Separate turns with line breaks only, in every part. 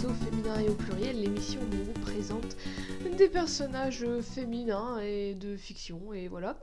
plutôt féminin et au pluriel, l'émission où on vous présente des personnages féminins et de fiction, et voilà.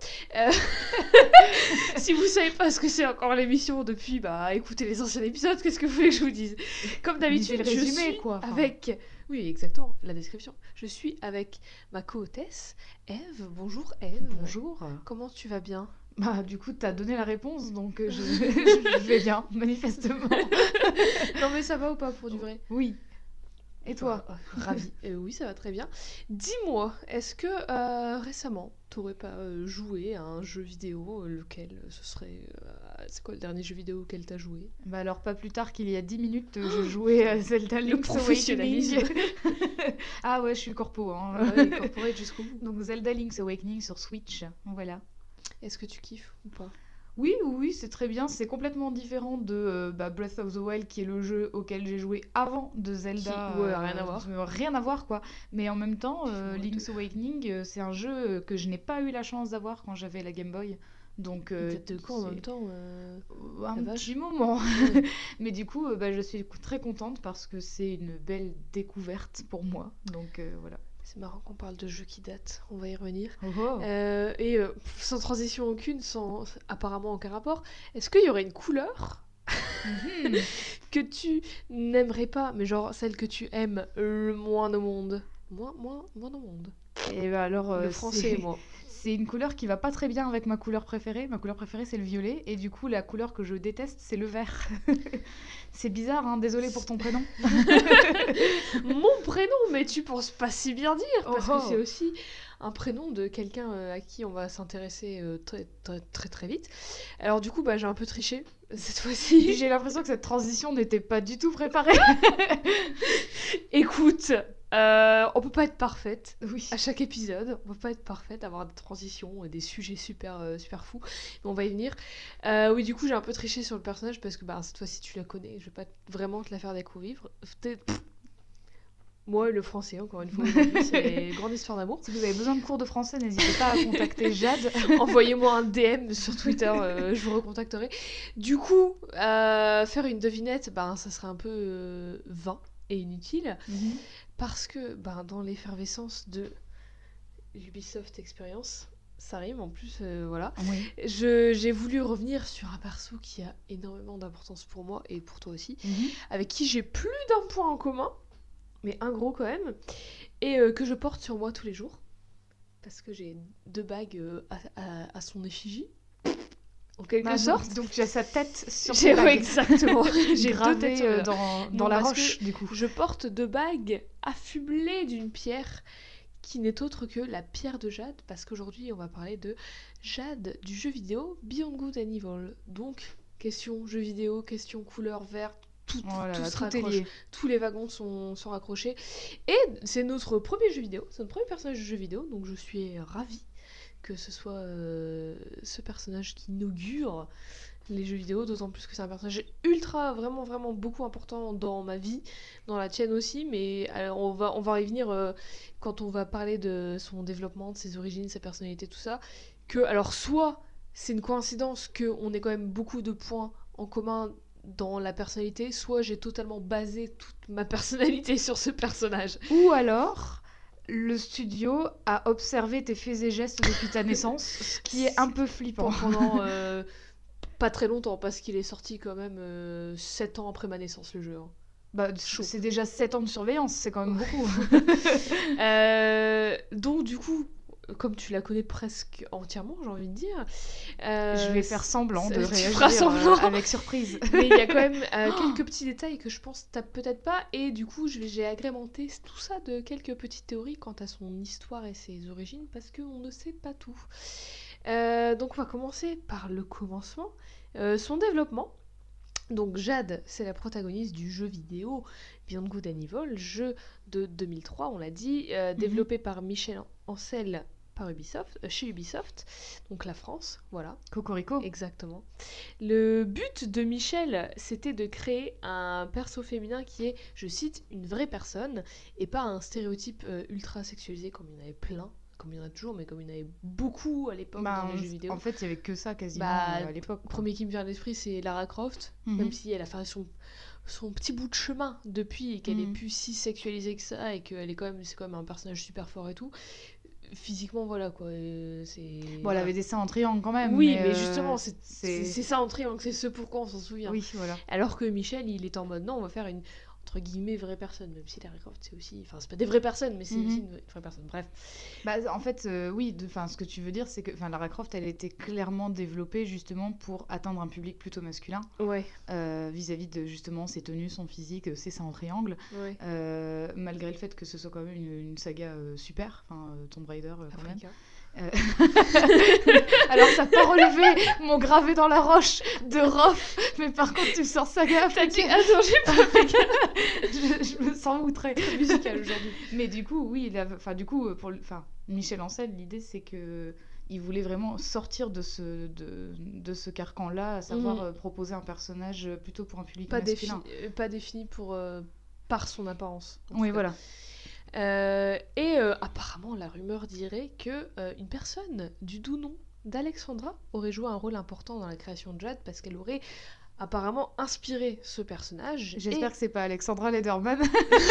Si vous savez pas ce que c'est encore l'émission depuis, bah écoutez les anciens épisodes, qu'est-ce que vous voulez que je vous dise? Comme d'habitude,
le résumé,
je suis
quoi, enfin.
avec... Oui, exactement, la description. Je suis avec ma co-hôtesse, Eve. Bonjour Eve.
Bonjour.
Comment tu vas bien?
Bah, du coup, t'as donné la réponse, donc je vais bien, manifestement.
Non mais ça va ou pas pour du vrai?
Oui. Et toi?
Ravie. Oui, ça va très bien. Dis-moi, est-ce que récemment, t'aurais pas joué à un jeu vidéo, lequel ce serait... c'est quoi le dernier jeu vidéo auquel t'as joué?
Bah alors, pas plus tard qu'il y a 10 minutes, je jouais à Zelda Link's
professionnalisme.
Awakening. Ah ouais, je suis corpo, hein.
Ouais, corporate jusqu'au bout.
Donc Zelda Link's Awakening sur Switch, voilà.
Est-ce que tu kiffes ou pas?
Oui, c'est très bien. C'est complètement différent de Breath of the Wild, qui est le jeu auquel j'ai joué avant de Zelda.
Ouais, rien à voir.
Rien à voir, quoi. Mais en même temps, Link's
Honteux.
Awakening, c'est un jeu que je n'ai pas eu la chance d'avoir quand j'avais la Game Boy. Donc,
Peut-être de quoi en
c'est
même temps
un
la vache.
petit moment.
Ouais.
Mais du coup, je suis très contente parce que c'est une belle découverte pour moi. Donc, voilà.
C'est marrant qu'on parle de jeux qui datent, on va y revenir.
Oh, oh.
Sans transition aucune, sans apparemment aucun rapport, est-ce qu'il y aurait une couleur
Mhm.
que tu n'aimerais pas, mais genre celle que tu aimes le moins au monde? Moins au monde.
Et bah alors,
Le français,
c'est...
moi.
C'est une couleur qui va pas très bien avec ma couleur préférée. Ma couleur préférée, c'est le violet. Et du coup, la couleur que je déteste, c'est le vert. C'est bizarre, hein. Désolée pour ton prénom.
Mon prénom, mais tu penses pas si bien dire, parce
Oh,
que
oh.
c'est aussi un prénom de quelqu'un à qui on va s'intéresser très vite. Alors du coup, j'ai un peu triché cette fois-ci.
J'ai l'impression que cette transition n'était pas du tout préparée.
Écoute, on peut pas être parfaite.
Oui.
À chaque épisode, on peut pas être parfaite, avoir des transitions et des sujets super fous. Mais on va y venir. Oui, du coup, j'ai un peu triché sur le personnage parce que cette fois-ci, tu la connais. Je vais pas vraiment te la faire découvrir. Moi, le français, encore une fois, aujourd'hui, c'est une grande histoire d'amour.
Si vous avez besoin de cours de français, n'hésitez pas à contacter Jade.
Envoyez-moi un DM sur Twitter, je vous recontacterai. Du coup, faire une devinette, ça serait un peu vain et inutile.
Mhm.
Parce que dans l'effervescence de l'Ubisoft Experience, ça rime en plus, voilà.
Oui.
J'ai voulu revenir sur un perso qui a énormément d'importance pour moi et pour toi aussi,
Mhm.
avec qui j'ai plus d'un point en commun, mais un gros quand même, et que je porte sur moi tous les jours, parce que j'ai 2 bagues à son effigie, en quelque sorte.
Donc tu as sa tête sur
J'ai
ta bague.
exactement. J'ai 2
Gravée,
têtes
dans
Non,
la
parce
roche,
que
du coup.
Je porte 2 bagues affublées d'une pierre qui n'est autre que la pierre de Jade, parce qu'aujourd'hui on va parler de Jade du jeu vidéo Beyond Good and Evil. Donc, question jeu vidéo, question couleur verte, tout,
Oh là
tout
là,
se
tout est
raccroche.
lié.
Tous les wagons sont raccrochés. Et c'est notre premier jeu vidéo, c'est notre premier personnage de jeu vidéo, donc je suis ravie que ce soit ce personnage qui inaugure les jeux vidéo, d'autant plus que c'est un personnage ultra, vraiment beaucoup important dans ma vie, dans la tienne aussi, mais alors, on va y venir quand on va parler de son développement, de ses origines, sa personnalité, tout ça, que alors soit c'est une coïncidence qu'on ait quand même beaucoup de points en commun dans la personnalité, soit j'ai totalement basé toute ma personnalité sur ce personnage.
Ou alors, le studio a observé tes faits et gestes depuis ta naissance, ce qui est un peu flippant.
Pendant pas très longtemps, parce qu'il est sorti quand même 7 ans après ma naissance, le jeu. Hein. Chaud.
C'est déjà 7 ans de surveillance, c'est quand même beaucoup.
Donc du coup, comme tu la connais presque entièrement, j'ai envie de dire...
Je vais faire semblant de
tu
réagir
feras semblant.
avec surprise.
Mais il y a quand même quelques petits détails que je pense t'as peut-être pas, et du coup j'ai agrémenté tout ça de quelques petites théories quant à son histoire et ses origines, parce qu'on ne sait pas tout. Donc on va commencer par le commencement, son développement. Donc Jade, c'est la protagoniste du jeu vidéo Beyond Good and Evil, jeu de 2003, on l'a dit, développé par Michel Ancel chez Ubisoft, donc la France, voilà.
Cocorico.
Exactement. Le but de Michel, c'était de créer un perso féminin qui est, je cite, une vraie personne, et pas un stéréotype ultra sexualisé comme il y en avait plein comme il y en a toujours, mais comme il y en avait beaucoup à l'époque dans les jeux vidéo.
En fait, il y avait que ça quasiment à l'époque.
Le premier qui me vient à l'esprit, c'est Lara Croft, même si elle a fait son petit bout de chemin depuis et qu'elle est plus si sexualisée que ça et qu'elle est c'est quand même un personnage super fort et tout. Physiquement, voilà quoi.
Elle avait des seins en triangle quand même.
Oui, mais justement, c'est ça en triangle, c'est ce pourquoi on s'en souvient.
Oui, voilà.
Alors que Michel, il est en mode non, on va faire une entre guillemets vraie personne, même si Lara Croft c'est aussi, enfin c'est pas des vraies personnes, mais c'est aussi une vraie personne. Bref.
En fait, oui, ce que tu veux dire, c'est que Lara Croft, elle était clairement développée justement pour atteindre un public plutôt masculin.
Ouais.
Vis-à-vis de justement ses tenues, son physique, ses seins en triangle. Ouais. Malgré le fait que ce soit quand même une saga super, Tomb Raider quand même. Alors t'as pas relevé mon gravé dans la roche de Rof, mais par contre tu sors saga
T'as dit attends, j'ai pas fait
je me sens outrée
musical aujourd'hui.
Mais du coup oui, Michel Ancel, l'idée c'est que il voulait vraiment sortir de ce carcan-là, à savoir proposer un personnage plutôt pour un public masculin.
Pas défini par son apparence.
Oui, voilà.
Apparemment, la rumeur dirait que une personne du doux nom d'Alexandra aurait joué un rôle important dans la création de Jade parce qu'elle aurait apparemment inspiré ce personnage.
J'espère que c'est pas Alexandra Lederman.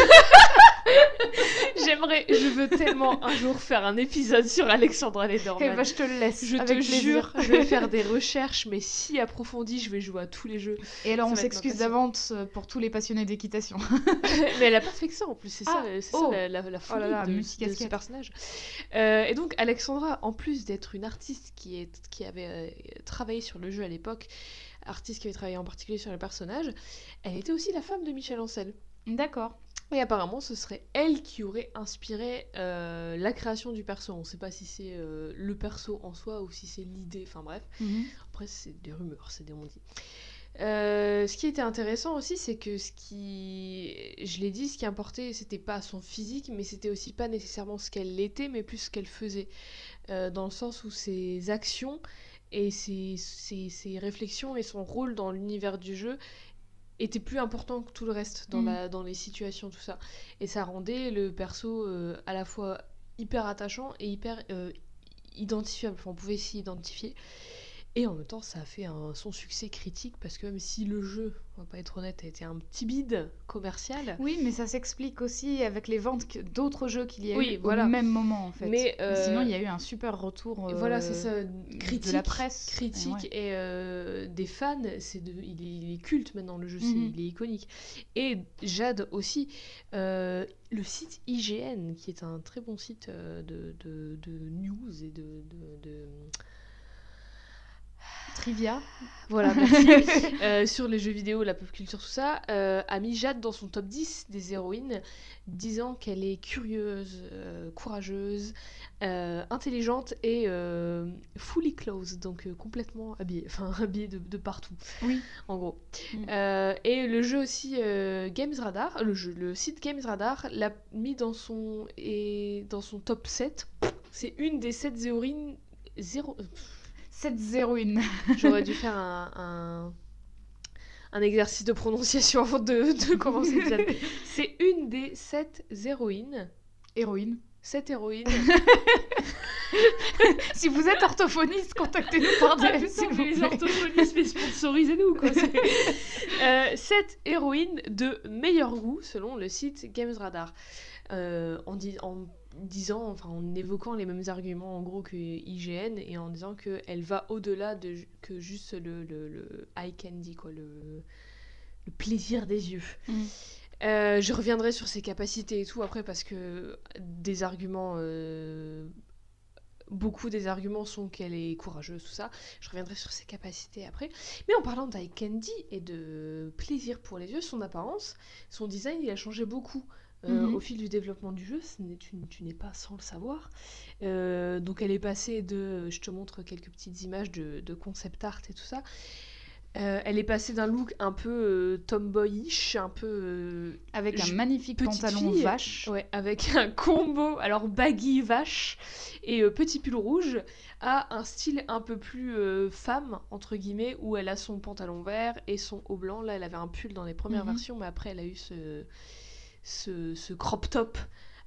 Je veux tellement un jour faire un épisode sur Alexandra Lederman.
Je te le laisse.
Je te jure, je vais faire des recherches, mais si approfondies, je vais jouer à tous les jeux.
Et alors, on s'excuse d'avance pour tous les passionnés d'équitation.
Mais elle a pas fait que ça en plus, c'est ça la folie de ce personnage. Et donc, Alexandra, en plus d'être une artiste qui avait travaillé sur le jeu à l'époque, artiste qui avait travaillé en particulier sur le personnage, elle était aussi la femme de Michel Ancel.
D'accord.
Et apparemment, ce serait elle qui aurait inspiré la création du perso. On ne sait pas si c'est le perso en soi ou si c'est l'idée. Enfin bref. Après, c'est des rumeurs, c'est des on-dit. Ce qui était intéressant aussi, c'est que je l'ai dit, ce qui importait, c'était pas son physique, mais c'était aussi pas nécessairement ce qu'elle était, mais plus ce qu'elle faisait. Dans le sens où ses actions et ses réflexions et son rôle dans l'univers du jeu était plus important que tout le reste dans les situations, tout ça. Et ça rendait le perso à la fois hyper attachant et hyper identifiable. Enfin, on pouvait s'y identifier. Et en même temps, ça a fait son succès critique parce que même si le jeu, on va pas être honnête, a été un petit bide commercial.
Oui, mais ça s'explique aussi avec les ventes d'autres jeux qu'il y a eu au même moment en fait. Mais sinon, il y a eu un super retour
c'est ça, critique,
de la presse.
Critique et des fans. Il est culte maintenant le jeu, il est iconique. Et Jade aussi. Le site IGN, qui est un très bon site de news et de
trivia.
Voilà, merci. Sur les jeux vidéo, la pop culture, tout ça, a mis Jade dans son top 10 des héroïnes, disant qu'elle est curieuse, courageuse, intelligente et fully clothed, donc complètement habillée, de partout, en gros. Et le jeu aussi, Games Radar, le site Games Radar l'a mis dans son top 7. C'est une des 7 héroïnes
7 héroïnes.
J'aurais dû faire un exercice de prononciation avant de commencer l'épisode. C'est une des 7 héroïnes. 7 héroïnes.
Si vous êtes orthophoniste, contactez-nous par DM, s'il vous plaît.
Les orthophonistes, mais sponsorisez-nous, quoi. 7 héroïnes de meilleur goût, selon le site Games Radar. En évoquant les mêmes arguments en gros que IGN et en disant qu'elle va au-delà que juste le eye candy, quoi, le plaisir des yeux. Je reviendrai sur ses capacités et tout après parce que beaucoup des arguments sont qu'elle est courageuse, tout ça. Je reviendrai sur ses capacités après. Mais en parlant d'eye candy et de plaisir pour les yeux, son apparence, son design, il a changé beaucoup. Au fil du développement du jeu, tu n'es pas sans le savoir. Donc elle est passée je te montre quelques petites images de concept art et tout ça. Elle est passée d'un look un peu tomboyish, un peu
avec un magnifique pantalon vache,
avec un combo alors baggy vache et petit pull rouge, à un style un peu plus femme entre guillemets, où elle a son pantalon vert et son haut blanc. Là, elle avait un pull dans les premières versions, mais après elle a eu ce crop top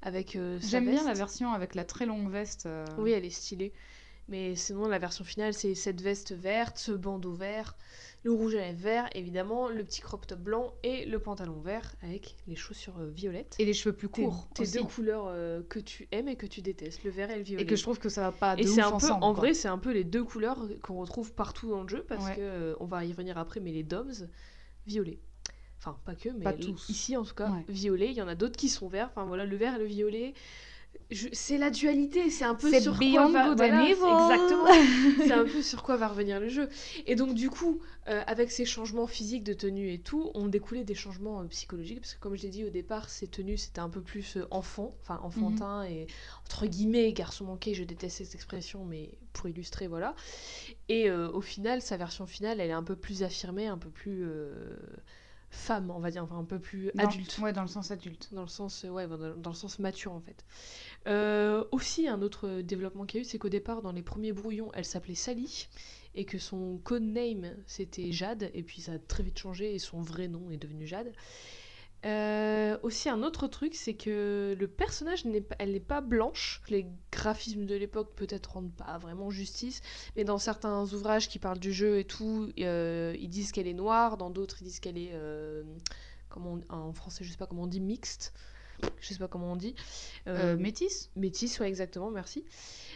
avec sa
J'aime bien
veste.
la version avec la très longue veste.
Oui, elle est stylée. Mais sinon, la version finale, c'est cette veste verte, ce bandeau vert, le rouge à lèvres vert, évidemment, le petit crop top blanc et le pantalon vert avec les chaussures violettes.
Et les cheveux plus courts.
Tes
aussi.
deux couleurs que tu aimes et que tu détestes, le vert et le violet.
Et que je trouve que ça va pas de
Et
ouf
c'est un peu,
ensemble.
en
quoi.
vrai, c'est un peu les deux couleurs qu'on retrouve partout dans le jeu parce
Ouais.
que on va y revenir après, mais les DOMs, violet. Enfin, pas que, mais
Pas tous.
ici en tout cas,
Ouais.
violet. Il y en a d'autres qui sont verts. Enfin voilà, le vert et le violet. C'est la dualité, c'est un peu
C'est
sur
Beyond
quoi va...
Good
voilà,
and
c'est
Evil.
exactement. C'est un peu sur quoi va revenir le jeu. Et donc du coup, avec ces changements physiques de tenue et tout, on découlait des changements psychologiques parce que comme je l'ai dit au départ, ces tenues c'était un peu plus enfantin et entre guillemets garçon manqué. Je déteste cette expression, mais pour illustrer voilà. Et au final, sa version finale, elle est un peu plus affirmée, un peu plus femme, on va dire, enfin un peu plus adulte.
Ouais, dans le sens adulte.
Dans le sens, dans le sens mature en fait. Aussi, un autre développement qu'il y a eu, c'est qu'au départ, dans les premiers brouillons, elle s'appelait Sally, et que son codename, c'était Jade, et puis ça a très vite changé, et son vrai nom est devenu Jade. Aussi, un autre truc, c'est que le personnage, elle n'est pas blanche. Les graphismes de l'époque, peut-être, rendent pas vraiment justice, mais dans certains ouvrages qui parlent du jeu et tout, ils disent qu'elle est noire, dans d'autres, ils disent qu'elle est... en français, je sais pas comment on dit, mixte. Je sais pas comment on dit.
Métis.
Métis, ouais, exactement, merci.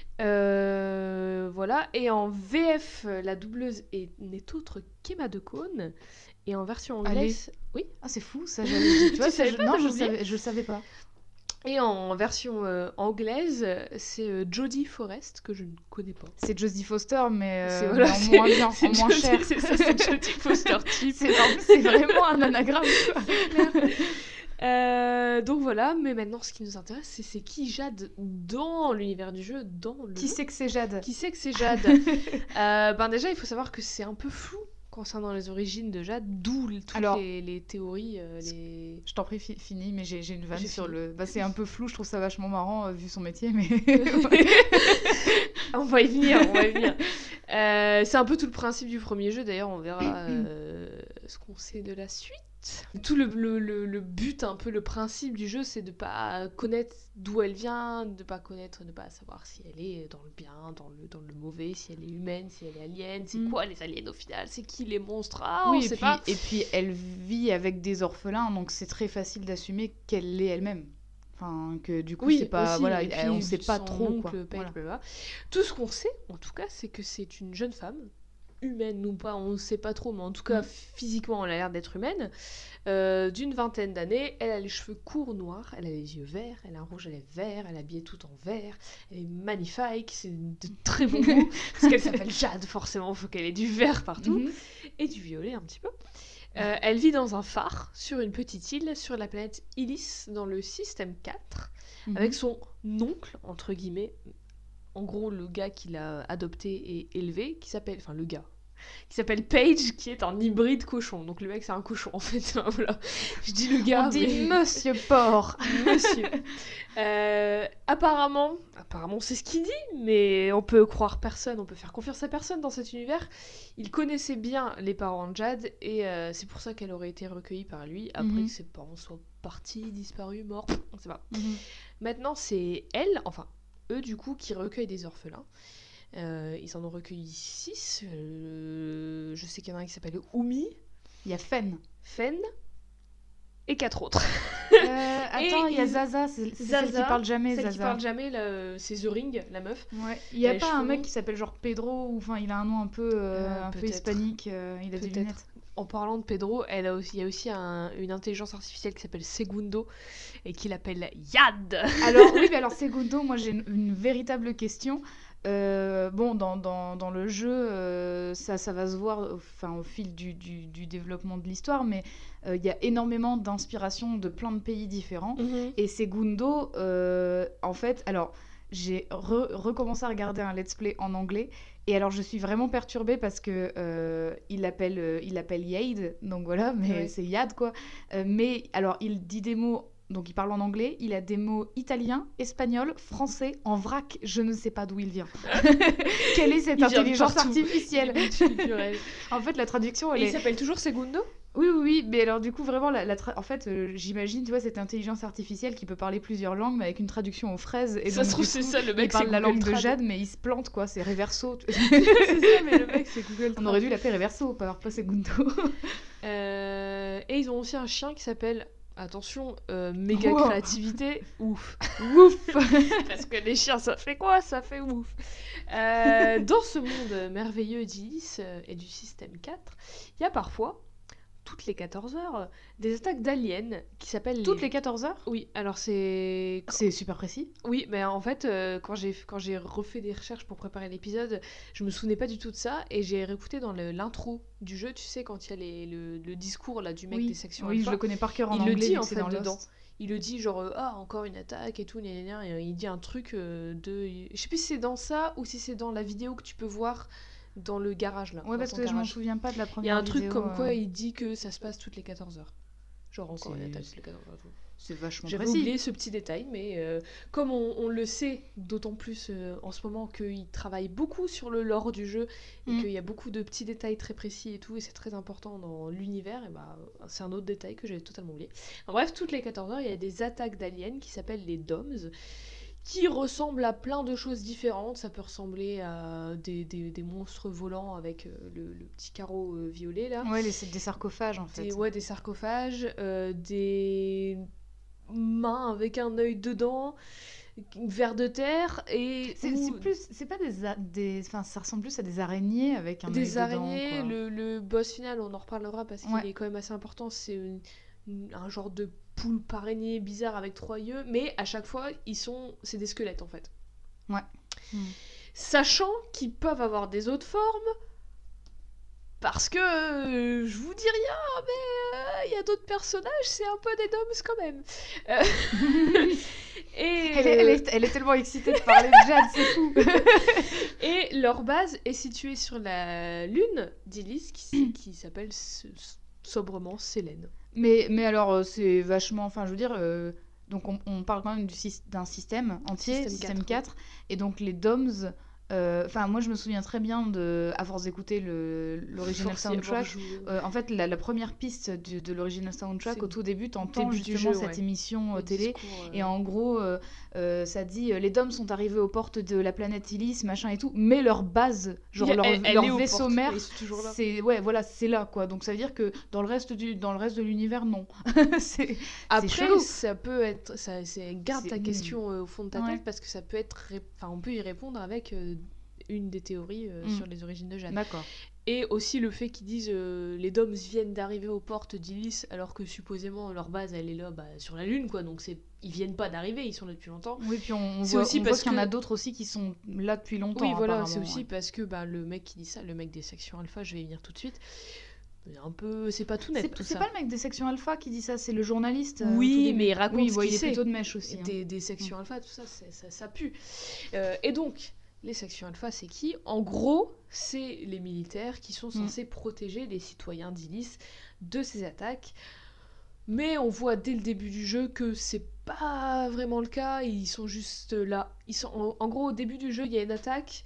Voilà. Et en VF, la doubleuse n'est autre qu'Emma Decaune. Et en version anglaise... Oui.
Ah, c'est fou, ça, j'avais... tu vois,
Tu savais pas,
non,
t'avais oublié
je savais pas.
Et en version anglaise, c'est Jodie Forrest, que je ne connais pas.
C'est Jodie Foster, mais
C'est- voilà,
en moins bien,
c'est
en moins
Jodie-
cher.
C'est ça, c'est Jodie Foster type.
C'est vraiment un anagramme, quoi.
Donc voilà, mais maintenant ce qui nous intéresse, c'est qui Jade dans l'univers du jeu, dans le
Qui
jeu.
sait que c'est Jade?
Qui c'est que c'est Jade Déjà, il faut savoir que c'est un peu flou concernant les origines de Jade, d'où toutes
Alors,
les théories, les...
Je t'en prie, fini, mais j'ai une vanne
J'ai
sur
fini.
le... Bah, c'est un peu flou, je trouve ça vachement marrant, vu son métier, mais...
On va y venir, on va y venir. C'est un peu tout le principe du premier jeu, d'ailleurs, on verra ce qu'on sait de la suite. Tout le but, un peu le principe du jeu, c'est de pas connaître d'où elle vient, de pas savoir si elle est dans le bien, dans le mauvais, si elle est humaine, si elle est alien, c'est quoi les aliens au final, c'est qui les monstres, on sait pas.
Et puis elle vit avec des orphelins, donc c'est très facile d'assumer qu'elle l'est elle-même. Enfin, que du coup, c'est pas...
aussi,
voilà,
et puis
on sait pas
son
trop,
oncle,
quoi.
Paige,
Voilà.
blablabla. Tout ce qu'on sait, en tout cas, c'est que c'est une jeune femme, humaine ou pas, on ne sait pas trop, mais en tout cas, physiquement, elle a l'air d'être humaine, d'une vingtaine d'années. Elle a les cheveux courts noirs, elle a les yeux verts, elle a un rouge à lèvres vert, elle est habillée tout en vert, elle est magnifique, c'est de très bon goût, parce qu'elle s'appelle Jade, forcément, il faut qu'elle ait du vert partout, et du violet un petit peu. Elle vit dans un phare, sur une petite île, sur la planète Illis, dans le système 4, avec son oncle, entre guillemets, en gros le gars qui l'a adopté et élevé, qui s'appelle Paige, qui est un hybride cochon. Donc le mec c'est un cochon en fait. Voilà. Je dis le gars.
On dit
mais...
Monsieur Porc.
Monsieur. Apparemment c'est ce qu'il dit, mais on peut croire personne, on peut faire confiance à personne dans cet univers. Il connaissait bien les parents de Jade et c'est pour ça qu'elle aurait été recueillie par lui après que ses parents soient partis, disparus, morts, on sait pas. Maintenant c'est elle, enfin eux du coup, qui recueillent des orphelins. Ils en ont recueilli 6. Je sais qu'il y en a un qui s'appelle Oumi.
Il y a Fen.
Et 4 autres.
Attends, il y a Zaza, c'est celle qui parle jamais,
celle
Zaza.
qui parle jamais, c'est The Ring, la meuf.
Ouais. Il y a
les
pas un
cheveux
mec
longs.
qui s'appelle genre Pedro, ou enfin il a un nom un peu
Peut-être.
hispanique, il a des lunettes.
En parlant de Pedro, il y a aussi une intelligence artificielle qui s'appelle Segundo et qui l'appelle Yad.
Alors oui, mais alors Segundo, moi j'ai une véritable question. Bon, dans le jeu, ça va se voir au fil du développement de l'histoire, mais il y a énormément d'inspiration de plein de pays différents. Et Segundo, en fait, alors j'ai recommencé à regarder un let's play en anglais, et alors je suis vraiment perturbée parce que il l'appelle Yade, donc voilà, mais c'est Yad quoi. Mais alors il dit des mots. Donc il parle en anglais, il a des mots italien, espagnol, français, en vrac, je ne sais pas d'où il vient. Quelle est cette intelligence artificielle?
Il est culturel.
En fait, la traduction, elle
Et
est...
il s'appelle toujours Segundo?
Oui, mais alors du coup, vraiment, en fait, j'imagine, tu vois, cette intelligence artificielle qui peut parler plusieurs langues, mais avec une traduction aux fraises. Et
Ça
donc,
se trouve,
du
c'est
coup,
ça, le
il
mec, c'est
parle la
Google
langue de
Trad.
Jade, mais il se plante, quoi. C'est Reverso.
C'est ça, mais le mec, c'est Google Trad.
On aurait dû l'appeler Reverso, pas Segundo.
Et ils ont aussi un chien qui s'appelle... Attention, méga
Wow.
créativité, ouf.
Ouf.
Parce que les chiens, ça fait quoi? Ça fait ouf. Dans ce monde merveilleux d'Ilice et du système 4, il y a parfois, toutes les 14 heures, des attaques d'aliens qui s'appellent
Toutes les 14 heures?
Oui, alors c'est...
C'est super précis.
Oui, mais en fait, quand j'ai refait des recherches pour préparer l'épisode, je me souvenais pas du tout de ça, et j'ai réécouté dans l'intro du jeu, tu sais, quand il y a le discours là, du mec des sections
Oui,
alpha,
je le connais par cœur en
il
anglais.
le dit
vu que
en
c'est
fait
dans
dedans.
Lost.
Il le dit genre encore une attaque et tout, gna, gna, gna, et il dit un truc de... Je sais plus si c'est dans ça ou si c'est dans la vidéo que tu peux voir dans le garage là.
Ouais,
dans
parce
ton
que je m'en
garage.
souviens pas de la
Il y
première
a un truc
vidéo,
comme quoi il dit que ça se passe toutes les 14 heures. Genre encore une
C'est-
attaque toutes les 14 heures. et tout.
C'est vachement
J'avais
précis.
oublié ce petit détail, mais comme on le sait, d'autant plus en ce moment qu'il travaille beaucoup sur le lore du jeu et
Mm.
qu'il y a beaucoup de petits détails très précis et tout, et c'est très important dans l'univers, et bah c'est un autre détail que j'avais totalement oublié. En bref, toutes les 14 heures, il y a des attaques d'aliens qui s'appellent les DOMS, qui ressemblent à plein de choses différentes. Ça peut ressembler à des monstres volants avec le petit carreau violet là.
Ouais, des sarcophages en fait.
Des sarcophages, des mains avec un œil dedans, vers de terre, et
C'est pas enfin, ça ressemble plus à des araignées avec un œil
des
dedans,
araignées.
quoi.
Le boss final, on en reparlera parce qu'il
Ouais.
est quand même assez important. C'est un genre de poulpe araignée bizarre avec 3 yeux, mais à chaque fois, c'est des squelettes en fait.
Ouais.
Sachant qu'ils peuvent avoir des autres formes. Parce que je vous dis rien, mais il y a d'autres personnages, c'est un peu des DOMS quand même. Et
Elle est tellement excitée de parler de Jade, c'est fou.
et leur base est située sur la lune d'Ilice qui s'appelle sobrement Sélène.
Mais alors, c'est vachement. Enfin, je veux dire. Donc, on parle quand même d'un système entier, système 4. Et donc, les DOMS. Enfin, moi, je me souviens très bien à force d'écouter l'original soundtrack. En fait, la première piste de l'original soundtrack, au tout début, t'entends justement cette émission télé. Et en gros, ça dit les DOMS sont arrivés aux portes de la planète Illis, machin et tout, mais leur base, genre leur vaisseau mère, c'est là, quoi. Donc ça veut dire que dans le reste de l'univers, non.
Après,
chelou.
ça peut être. Garde ta question au fond de ta tête, parce que ça peut être. Enfin, on peut y répondre avec une des théories sur les origines de Jade.
D'accord.
Et aussi le fait qu'ils disent les DOMS viennent d'arriver aux portes d'Illis, alors que supposément leur base elle est là sur la Lune, quoi. Donc ils viennent pas d'arriver, ils sont là depuis longtemps.
Oui, puis on voit qu'il y en a d'autres aussi qui sont là depuis longtemps.
Oui, voilà, c'est aussi parce que le mec qui dit ça, le mec des sections alpha, je vais y venir tout de suite. C'est pas tout net tout ça.
C'est pas le mec des sections alpha qui dit ça, c'est le journaliste.
Oui, mais il raconte
il
est
plutôt de mèche aussi.
Des sections alpha, tout ça, ça pue. Et donc, les sections alpha, c'est qui? En gros, c'est les militaires qui sont censés protéger les citoyens d'Illis de ces attaques. Mais on voit dès le début du jeu que c'est pas vraiment le cas, ils sont juste là. En gros, au début du jeu, il y a une attaque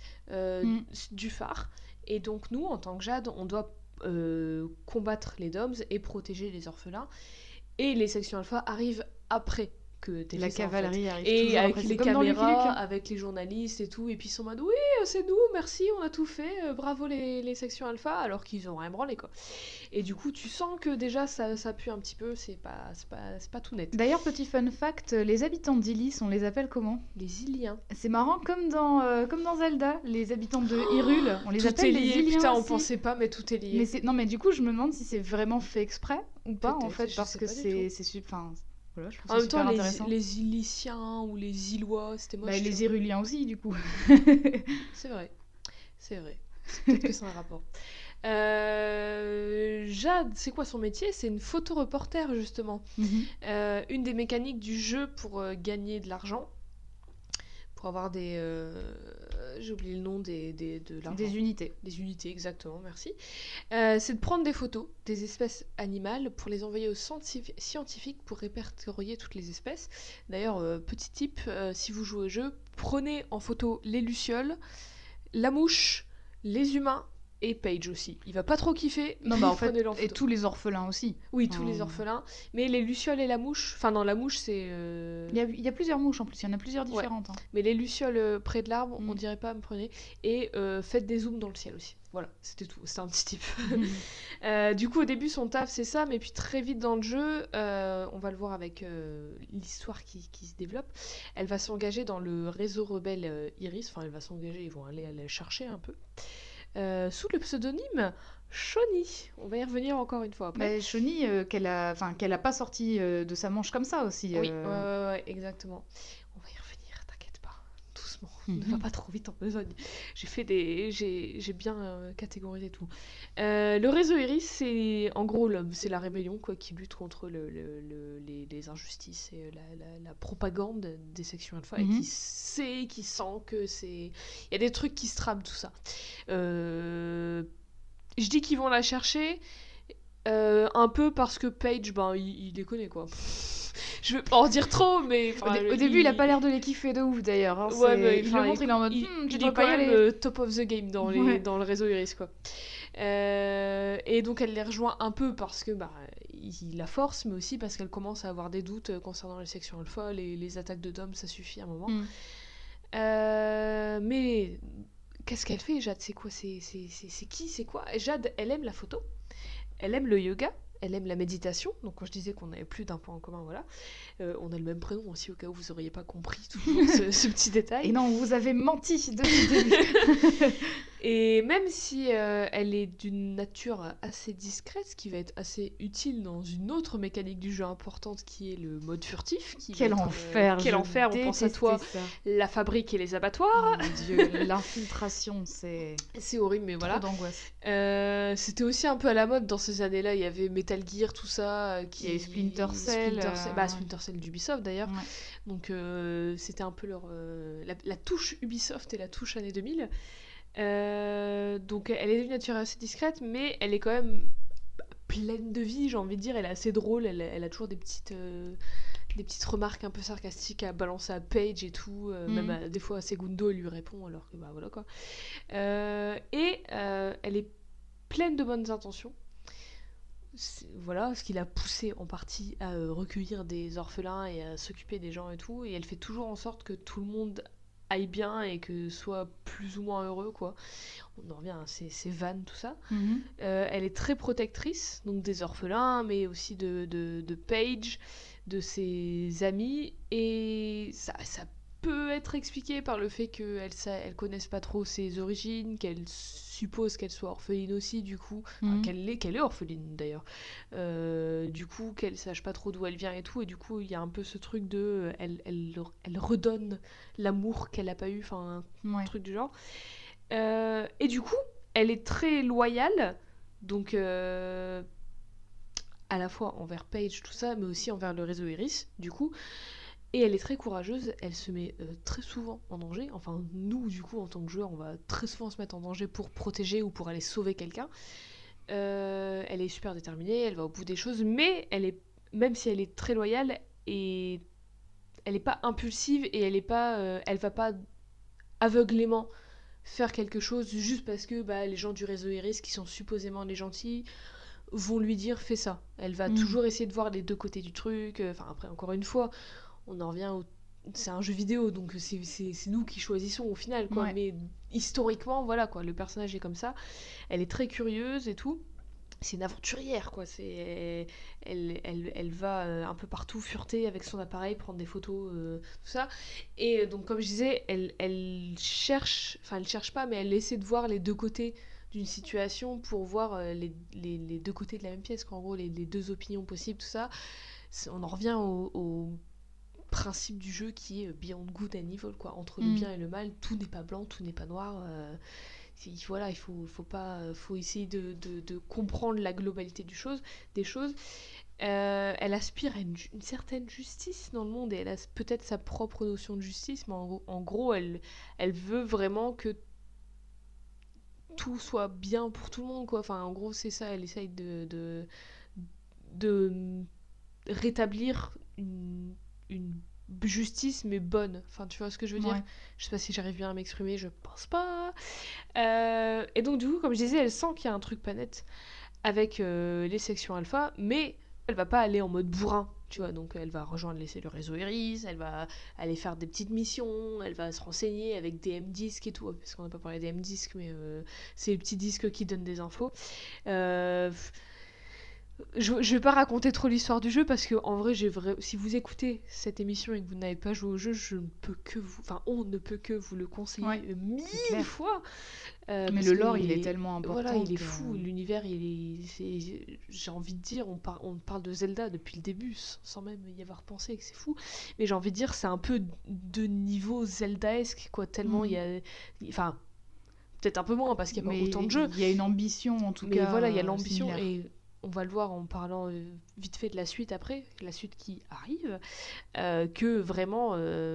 du phare. Et donc nous, en tant que Jade, on doit combattre les DOMS et protéger les orphelins. Et les sections alpha arrivent après que t'es
la
fait ça,
cavalerie
en fait.
arrive
et
toujours
avec
après.
les caméras, avec les journalistes et tout, et puis ils sont en mode oui c'est nous, merci, on a tout fait, bravo les sections alpha, alors qu'ils ont rien branlé, quoi. Et du coup tu sens que déjà ça pue un petit peu, c'est pas tout net.
D'ailleurs, petit fun fact, les habitants d'Illis, on les appelle comment?
Les Iliens.
C'est marrant, comme dans Zelda, les habitants de Hyrule, on les appelle les Iliens.
Putain,
aussi.
on pensait pas, mais tout est lié.
Mais du coup je me demande si c'est vraiment fait exprès ou pas, en fait,
je
parce
sais
que
pas du tout.
c'est enfin, voilà, je trouve
En
ça
même
super
temps,
intéressant.
les Iliciens ou les Ilois, c'était moche.
Les Hyruliens aussi, du coup.
C'est vrai. Peut-être que c'est un rapport. Jade, c'est quoi son métier? C'est une photoreporter, justement. Une des mécaniques du jeu pour gagner de l'argent, pour avoir des... j'ai oublié le nom de l'argent.
Des unités.
Des unités, exactement, merci. C'est de prendre des photos des espèces animales pour les envoyer aux scientifiques pour répertorier toutes les espèces. D'ailleurs, petit tip, si vous jouez au jeu, prenez en photo les lucioles, la mouche, les humains et Paige aussi. Il va pas trop kiffer.
Non, bah en fait, et tous les orphelins aussi.
Oui, tous les orphelins. Mais les lucioles et la mouche... Enfin, non, la mouche, c'est...
Il y a plusieurs mouches en plus, il y en a plusieurs différentes.
Ouais. Mais les lucioles près de l'arbre, on dirait pas, me prenez. Et faites des zooms dans le ciel aussi. Voilà, c'était tout. C'était un petit tip. Du coup, au début, son taf, c'est ça. Mais puis très vite dans le jeu, on va le voir avec l'histoire qui se développe. Elle va s'engager dans le réseau rebelle Iris. Enfin, elle va s'engager, ils vont aller la chercher un peu. Sous le pseudonyme Shawnee. On va y revenir encore une fois après.
Mais Shawnee, qu'elle a pas sorti de sa manche comme ça aussi.
Oui, ouais, exactement. On va y revenir, t'inquiète pas. Doucement. Ne va pas trop vite en besogne. J'ai bien catégorisé tout. Le réseau Iris, c'est en gros c'est la rébellion quoi, qui lutte contre les injustices et la propagande des sections alpha et qui sent que c'est... Il y a des trucs qui se trament, tout ça. Je dis qu'ils vont la chercher un peu parce que Paige, ben, il les connaît quoi. Je veux pas en dire trop, mais...
Au début, il a pas l'air de les kiffer de ouf, d'ailleurs. Hein,
ouais, mais
il le montre, il est en mode...
tu dois pas y aller. Top of the game dans le réseau Iris, quoi. Et donc, elle les rejoint un peu parce que, bah, il la force, mais aussi parce qu'elle commence à avoir des doutes concernant les sections alpha, les attaques de Dom, ça suffit à un moment. Mais... Qu'est-ce qu'elle fait, Jade? C'est quoi? C'est qui? C'est quoi? Jade, elle aime la photo. Elle aime le yoga. Elle aime la méditation, donc quand je disais qu'on n'avait plus d'un point en commun, voilà. On a le même prénom aussi, au cas où vous n'auriez pas compris toujours ce petit détail.
Et non, vous avez menti depuis le début.
Et même si elle est d'une nature assez discrète, ce qui va être assez utile dans une autre mécanique du jeu importante qui est le mode furtif.
Quel enfer!
Quel enfer, on pense à toi, la fabrique et les abattoirs.
Oh mon Dieu, l'infiltration, c'est
horrible, mais voilà.
Trop d'angoisse.
C'était aussi un peu à la mode dans ces années-là, il y avait Metal Gear, tout ça.
Il y avait Splinter Cell.
Splinter Cell d'Ubisoft d'ailleurs. Ouais. Donc c'était un peu leur la touche Ubisoft et la touche année 2000. Donc elle est d'une nature assez discrète, mais elle est quand même pleine de vie, j'ai envie de dire. Elle est assez drôle, elle a toujours des petites remarques un peu sarcastiques à balancer à Paige et tout. Même des fois à Segundo, elle lui répond, alors que bah voilà quoi. Et elle est pleine de bonnes intentions. Voilà, ce qui l'a poussée en partie à recueillir des orphelins et à s'occuper des gens et tout. Et elle fait toujours en sorte que tout le monde aille bien et que soit plus ou moins heureux, quoi. On en revient à ces vannes, tout ça. Elle est très protectrice, donc des orphelins, mais aussi de Paige, de ses amis. Et ça peut être expliqué par le fait qu'elle connaisse pas trop ses origines, qu'elle suppose qu'elle soit orpheline aussi, du coup, qu'elle est orpheline d'ailleurs, du coup qu'elle sache pas trop d'où elle vient et tout, et du coup il y a un peu ce truc de elle redonne l'amour qu'elle a pas eu, enfin un truc du genre, et du coup elle est très loyale, donc à la fois envers Paige, tout ça, mais aussi envers le réseau Iris, du coup. Et elle est très courageuse, elle se met très souvent en danger. Enfin, nous, du coup, en tant que joueurs, on va très souvent se mettre en danger pour protéger ou pour aller sauver quelqu'un. Elle est super déterminée, elle va au bout des choses, mais même si elle est très loyale, et elle n'est pas impulsive et elle va pas aveuglément faire quelque chose juste parce que les gens du réseau Iris, qui sont supposément les gentils, vont lui dire fais ça. Elle va toujours essayer de voir les deux côtés du truc. Enfin, après, encore une fois, on en revient c'est un jeu vidéo, donc c'est nous qui choisissons au final, quoi. Ouais. Mais historiquement, voilà, quoi, le personnage est comme ça. Elle est très curieuse et tout. C'est une aventurière, quoi. Elle va un peu partout fureter avec son appareil, prendre des photos, tout ça. Et donc, comme je disais, elle cherche pas, mais elle essaie de voir les deux côtés d'une situation pour voir les deux côtés de la même pièce, quoi. En gros, les deux opinions possibles, tout ça. On en revient au principe du jeu qui est Beyond Good and Evil, quoi. Entre le bien et le mal, tout n'est pas blanc, tout n'est pas noir. Voilà, il faut essayer de comprendre la globalité des choses. Elle aspire à une certaine justice dans le monde et elle a peut-être sa propre notion de justice, mais en gros, elle veut vraiment que tout soit bien pour tout le monde, quoi. Enfin, en gros, c'est ça. Elle essaye de rétablir une justice, mais bonne. Enfin, tu vois ce que je veux dire? Je sais pas si j'arrive bien à m'exprimer, je pense pas. Et donc, du coup, comme je disais, elle sent qu'il y a un truc pas net avec les sections alpha, mais elle va pas aller en mode bourrin, tu vois. Donc, elle va rejoindre le réseau Iris, elle va aller faire des petites missions, elle va se renseigner avec des M-Disques et tout, parce qu'on n'a pas parlé des M-Disques, mais c'est les petits disques qui donnent des infos. Je vais pas raconter trop l'histoire du jeu parce que en vrai, si vous écoutez cette émission et que vous n'avez pas joué au jeu, on ne peut que vous le conseiller mille fois.
Mais le lore, il est tellement important.
Voilà, il est fou. L'univers, j'ai envie de dire, on parle de Zelda depuis le début, sans même y avoir pensé, que c'est fou. Mais j'ai envie de dire, c'est un peu de niveau Zeldaesque, quoi. Tellement il y a, enfin, peut-être un peu moins parce qu'il n'y a pas autant de jeux.
Il y a une ambition en tout cas.
Mais voilà, il y a l'ambition et on va le voir en parlant vite fait de la suite après, la suite qui arrive, que vraiment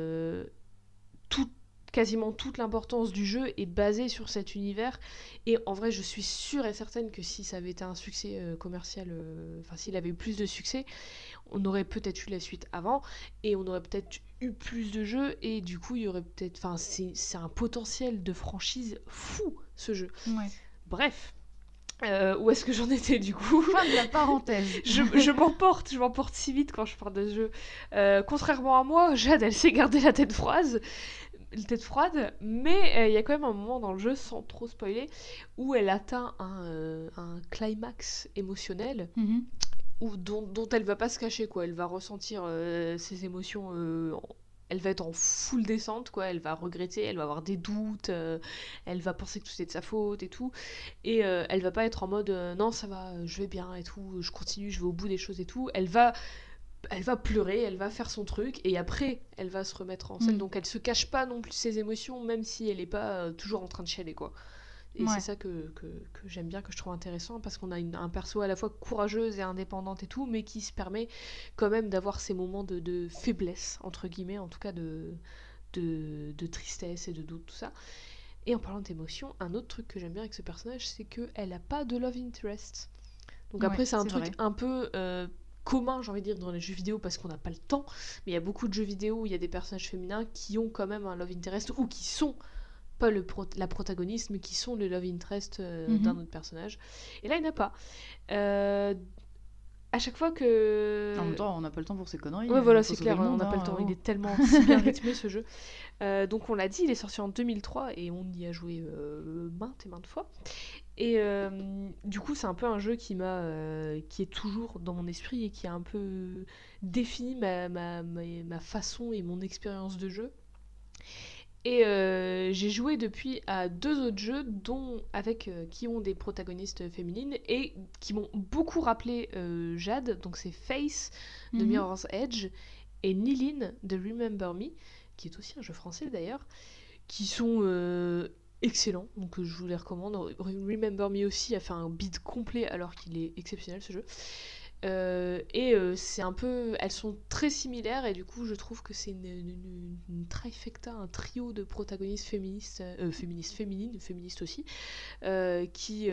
quasiment toute l'importance du jeu est basée sur cet univers. Et en vrai, je suis sûre et certaine que si ça avait été un succès commercial, s'il avait eu plus de succès, on aurait peut-être eu la suite avant et on aurait peut-être eu plus de jeux et du coup, il y aurait peut-être... Enfin, c'est un potentiel de franchise fou, ce jeu. Bref. Où est-ce que j'en étais du coup?
Fin de la parenthèse.
je m'emporte si vite quand je parle de ce jeu. Contrairement à moi, Jade, elle sait garder la tête froide, mais il y a quand même un moment dans le jeu, sans trop spoiler, où elle atteint un climax émotionnel dont elle va pas se cacher, quoi. Elle va ressentir ses émotions. Elle va être en full descente, quoi. Elle va regretter, elle va avoir des doutes, elle va penser que tout est de sa faute et tout. Et elle va pas être en mode non, ça va, je vais bien et tout, je continue, je vais au bout des choses et tout. Elle va pleurer, elle va faire son truc et après, elle va se remettre en scène. Donc elle se cache pas non plus ses émotions, même si elle est pas toujours en train de chialer, quoi. Et c'est ça que j'aime bien, que je trouve intéressant, parce qu'on a un perso à la fois courageuse et indépendante et tout, mais qui se permet quand même d'avoir ces moments de faiblesse, entre guillemets, en tout cas de tristesse et de doute, tout ça. Et en parlant d'émotion, un autre truc que j'aime bien avec ce personnage, c'est qu'elle a pas de love interest. Donc après, c'est un truc un peu... commun, j'ai envie de dire, dans les jeux vidéo, parce qu'on n'a pas le temps, mais il y a beaucoup de jeux vidéo où il y a des personnages féminins qui ont quand même un love interest, ou qui sont pas la protagoniste, mais qui sont le love interest d'un autre personnage. Et là, il n'y en a pas. À chaque fois que...
En même temps, on n'a pas le temps pour ces conneries.
Ouais, voilà, c'est clair, on n'a pas le temps. Il est tellement si bien rythmé, ce jeu. Donc, on l'a dit, il est sorti en 2003, et on y a joué maintes et maintes fois. Et du coup, c'est un peu un jeu qui est toujours dans mon esprit et qui a un peu défini ma façon et mon expérience de jeu. Et j'ai joué depuis à 2 autres jeux, qui ont des protagonistes féminines et qui m'ont beaucoup rappelé Jade. Donc c'est Face de Mirror's Edge et Nilin de Remember Me, qui est aussi un jeu français d'ailleurs, qui sont excellents, donc je vous les recommande. Remember Me aussi a fait un bid complet alors qu'il est exceptionnel, ce jeu. C'est un peu... Elles sont très similaires et du coup je trouve que c'est une trifecta, un trio de protagonistes féministes, féminines, féministes aussi, qui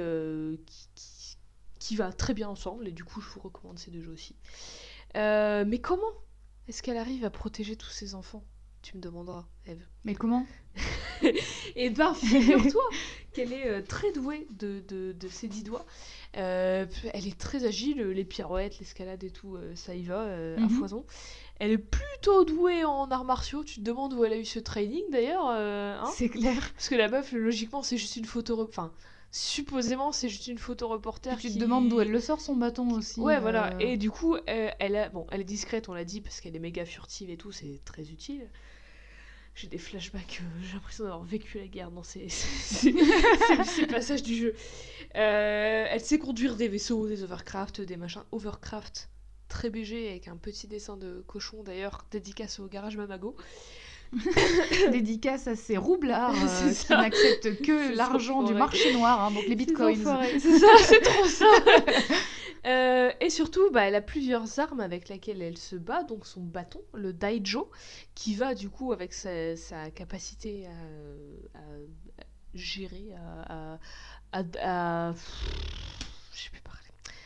va très bien ensemble, et du coup je vous recommande ces 2 jeux aussi. Mais comment est-ce qu'elle arrive à protéger tous ces enfants, tu me demanderas, Eve?
Mais comment?
Et ben, figure-toi qu'elle est très douée de ses 10 doigts. Elle est très agile, les pirouettes, l'escalade et tout, ça y va à foison. Elle est plutôt douée en arts martiaux. Tu te demandes où elle a eu ce training d'ailleurs, hein?
C'est clair.
Parce que la meuf, logiquement, c'est juste une photo... Enfin, supposément, c'est juste une photo reporter.
Tu te demandes d'où elle le sort, son bâton aussi.
Ouais, voilà. Et du coup, elle est discrète, on l'a dit, parce qu'elle est méga furtive et tout, c'est très utile. J'ai des flashbacks, j'ai l'impression d'avoir vécu la guerre dans ces passages du jeu. Elle sait conduire des vaisseaux, des overcraft, des machins. Overcraft, très BG, avec un petit dessin de cochon, d'ailleurs, dédicace au garage Mamago.
Dédicace à ces roublards qui n'acceptent que l'argent du marché noir, hein, donc les bitcoins.
C'est ça, c'est trop ça. Et surtout, elle a plusieurs armes avec lesquelles elle se bat, donc son bâton, le Daijo, qui va du coup avec sa capacité à gérer, je sais plus parler,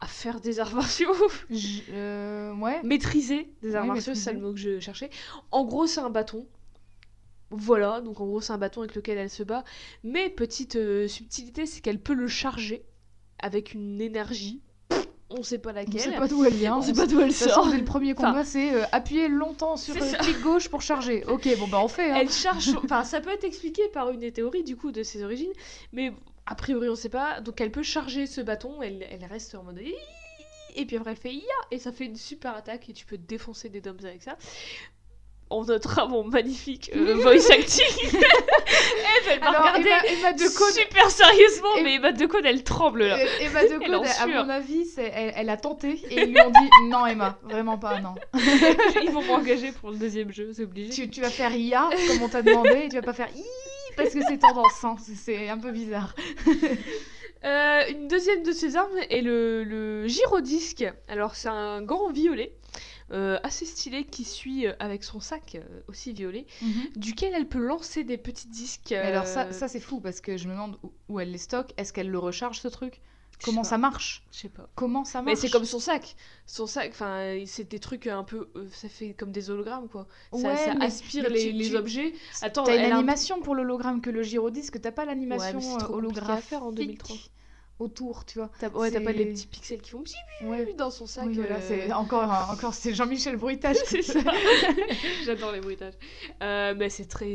à faire des arts martiaux.
Ouais.
Maîtriser des arts martiaux, c'est ça le mot que je cherchais. En gros, c'est un bâton. Voilà, donc en gros, c'est un bâton avec lequel elle se bat. Mais petite subtilité, c'est qu'elle peut le charger avec une énergie. On sait pas laquelle.
On sait pas d'où elle vient.
On sait pas d'où elle sort.
Dès le premier combat, c'est appuyer longtemps sur le clic gauche pour charger. Ok, bon bah on fait. Hein.
Elle charge. Enfin, ça peut être expliqué par une des théories du coup de ses origines, mais a priori on sait pas. Donc elle peut charger ce bâton, elle reste en mode et puis après elle fait ya et ça fait une super attaque et tu peux défoncer des doms avec ça. On notera mon magnifique voice acting. Elle m'a regardé
Emma Decaude,
super sérieusement, mais Emma Decaude elle tremble là.
Emma Decaude, à mon avis, elle a tenté et ils lui ont dit non Emma, vraiment pas, non.
Ils vont m'engager pour le deuxième jeu, c'est obligé.
Tu vas faire IA comme on t'a demandé et tu vas pas faire I parce que c'est tendance, hein. C'est un peu bizarre.
Une deuxième de ses armes est le gyrodisque. Alors c'est un gant violet. Assez stylé qui suit avec son sac aussi violet, duquel elle peut lancer des petits disques.
Alors ça c'est fou parce que je me demande où elle les stocke. Est-ce qu'elle le recharge ce truc ? Comment ça marche ?
Je sais pas.
Comment ça marche ?
Mais c'est comme son sac. Son sac, enfin, c'est des trucs un peu, ça fait comme des hologrammes quoi.
Ouais,
ça aspire les objets. Attends,
t'as une animation pour l'hologramme que le gyrodisque. T'as pas l'animation holographique
à faire en 2003.
Autour, tu vois.
T'as pas les petits pixels qui font dans son sac.
Oui, voilà, c'est encore c'est Jean-Michel Bruitage.
C'est ça. J'adore les bruitages. Mais c'est très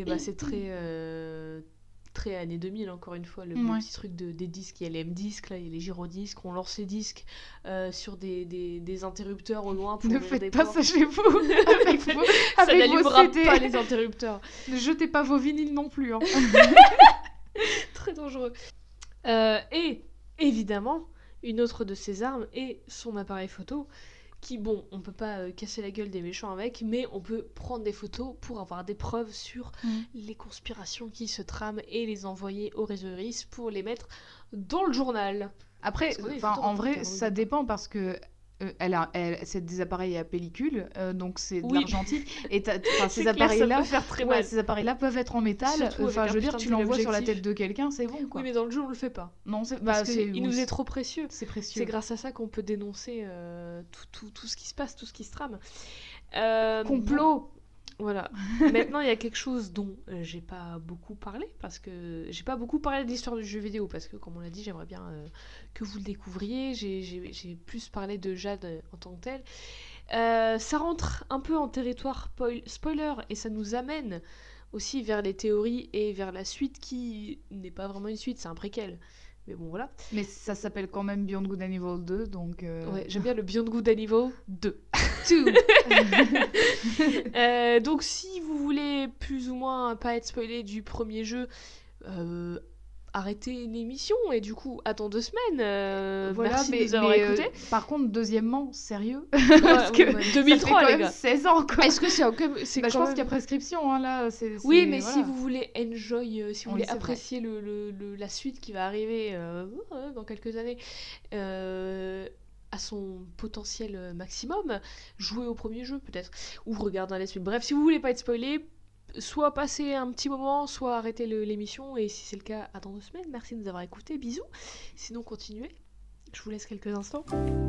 très années 2000 encore une fois, le petit truc des disques. Il y a les M-disques, là, il y a les gyrodisques. On lance les disques sur des interrupteurs au loin pour
ne faites pas ça chez vous.
Ça n'allumera pas les interrupteurs.
Ne jetez pas vos vinyles non plus. Hein.
Très dangereux. Et évidemment, une autre de ses armes est son appareil photo qui, bon, on peut pas casser la gueule des méchants avec, mais on peut prendre des photos pour avoir des preuves sur les conspirations qui se trament et les envoyer aux réseauristes pour les mettre dans le journal.
Après, en vrai, ça dépend parce que c'est des appareils à pellicule, donc c'est de l'argentique. Et ces appareils-là, ces appareils-là peuvent être en métal. Enfin, je veux dire, tu l'envoies sur la tête de quelqu'un, c'est bon. Quoi.
Oui, mais dans le jeu, on le fait pas.
Non,
il nous est trop précieux.
C'est précieux.
C'est grâce à ça qu'on peut dénoncer tout ce qui se passe, tout ce qui se trame.
Complot.
Voilà. Maintenant, il y a quelque chose dont j'ai pas beaucoup parlé, parce que j'ai pas beaucoup parlé de l'histoire du jeu vidéo, parce que, comme on l'a dit, j'aimerais bien que vous le découvriez. J'ai plus parlé de Jade en tant que telle. Ça rentre un peu en territoire spoiler, et ça nous amène aussi vers les théories et vers la suite qui n'est pas vraiment une suite, c'est un préquel. Mais bon, voilà.
Mais ça s'appelle quand même Beyond Good and Evil 2, donc...
Ouais, j'aime bien le Beyond Good and Evil 2. Donc, si vous voulez plus ou moins pas être spoilé du premier jeu, arrêtez l'émission et du coup, attends 2 semaines.
Voilà,
merci de nous avoir écoutés.
Par contre, deuxièmement, sérieux parce que
2003,
ça fait
les gars.
16 ans, quoi.
Est-ce que c'est
je pense qu'il y a prescription, hein, là.
Oui, mais
voilà.
si vous voulez enjoy, si vous voulez apprécier la suite qui va arriver dans quelques années, à son potentiel maximum, jouez au premier jeu peut-être, ou regardez la suite. Bref, si vous voulez pas être spoilé, soit passez un petit moment, soit arrêtez l'émission, et si c'est le cas, à dans 2 semaines. Merci de nous avoir écoutés, bisous. Sinon, continuez. Je vous laisse quelques instants.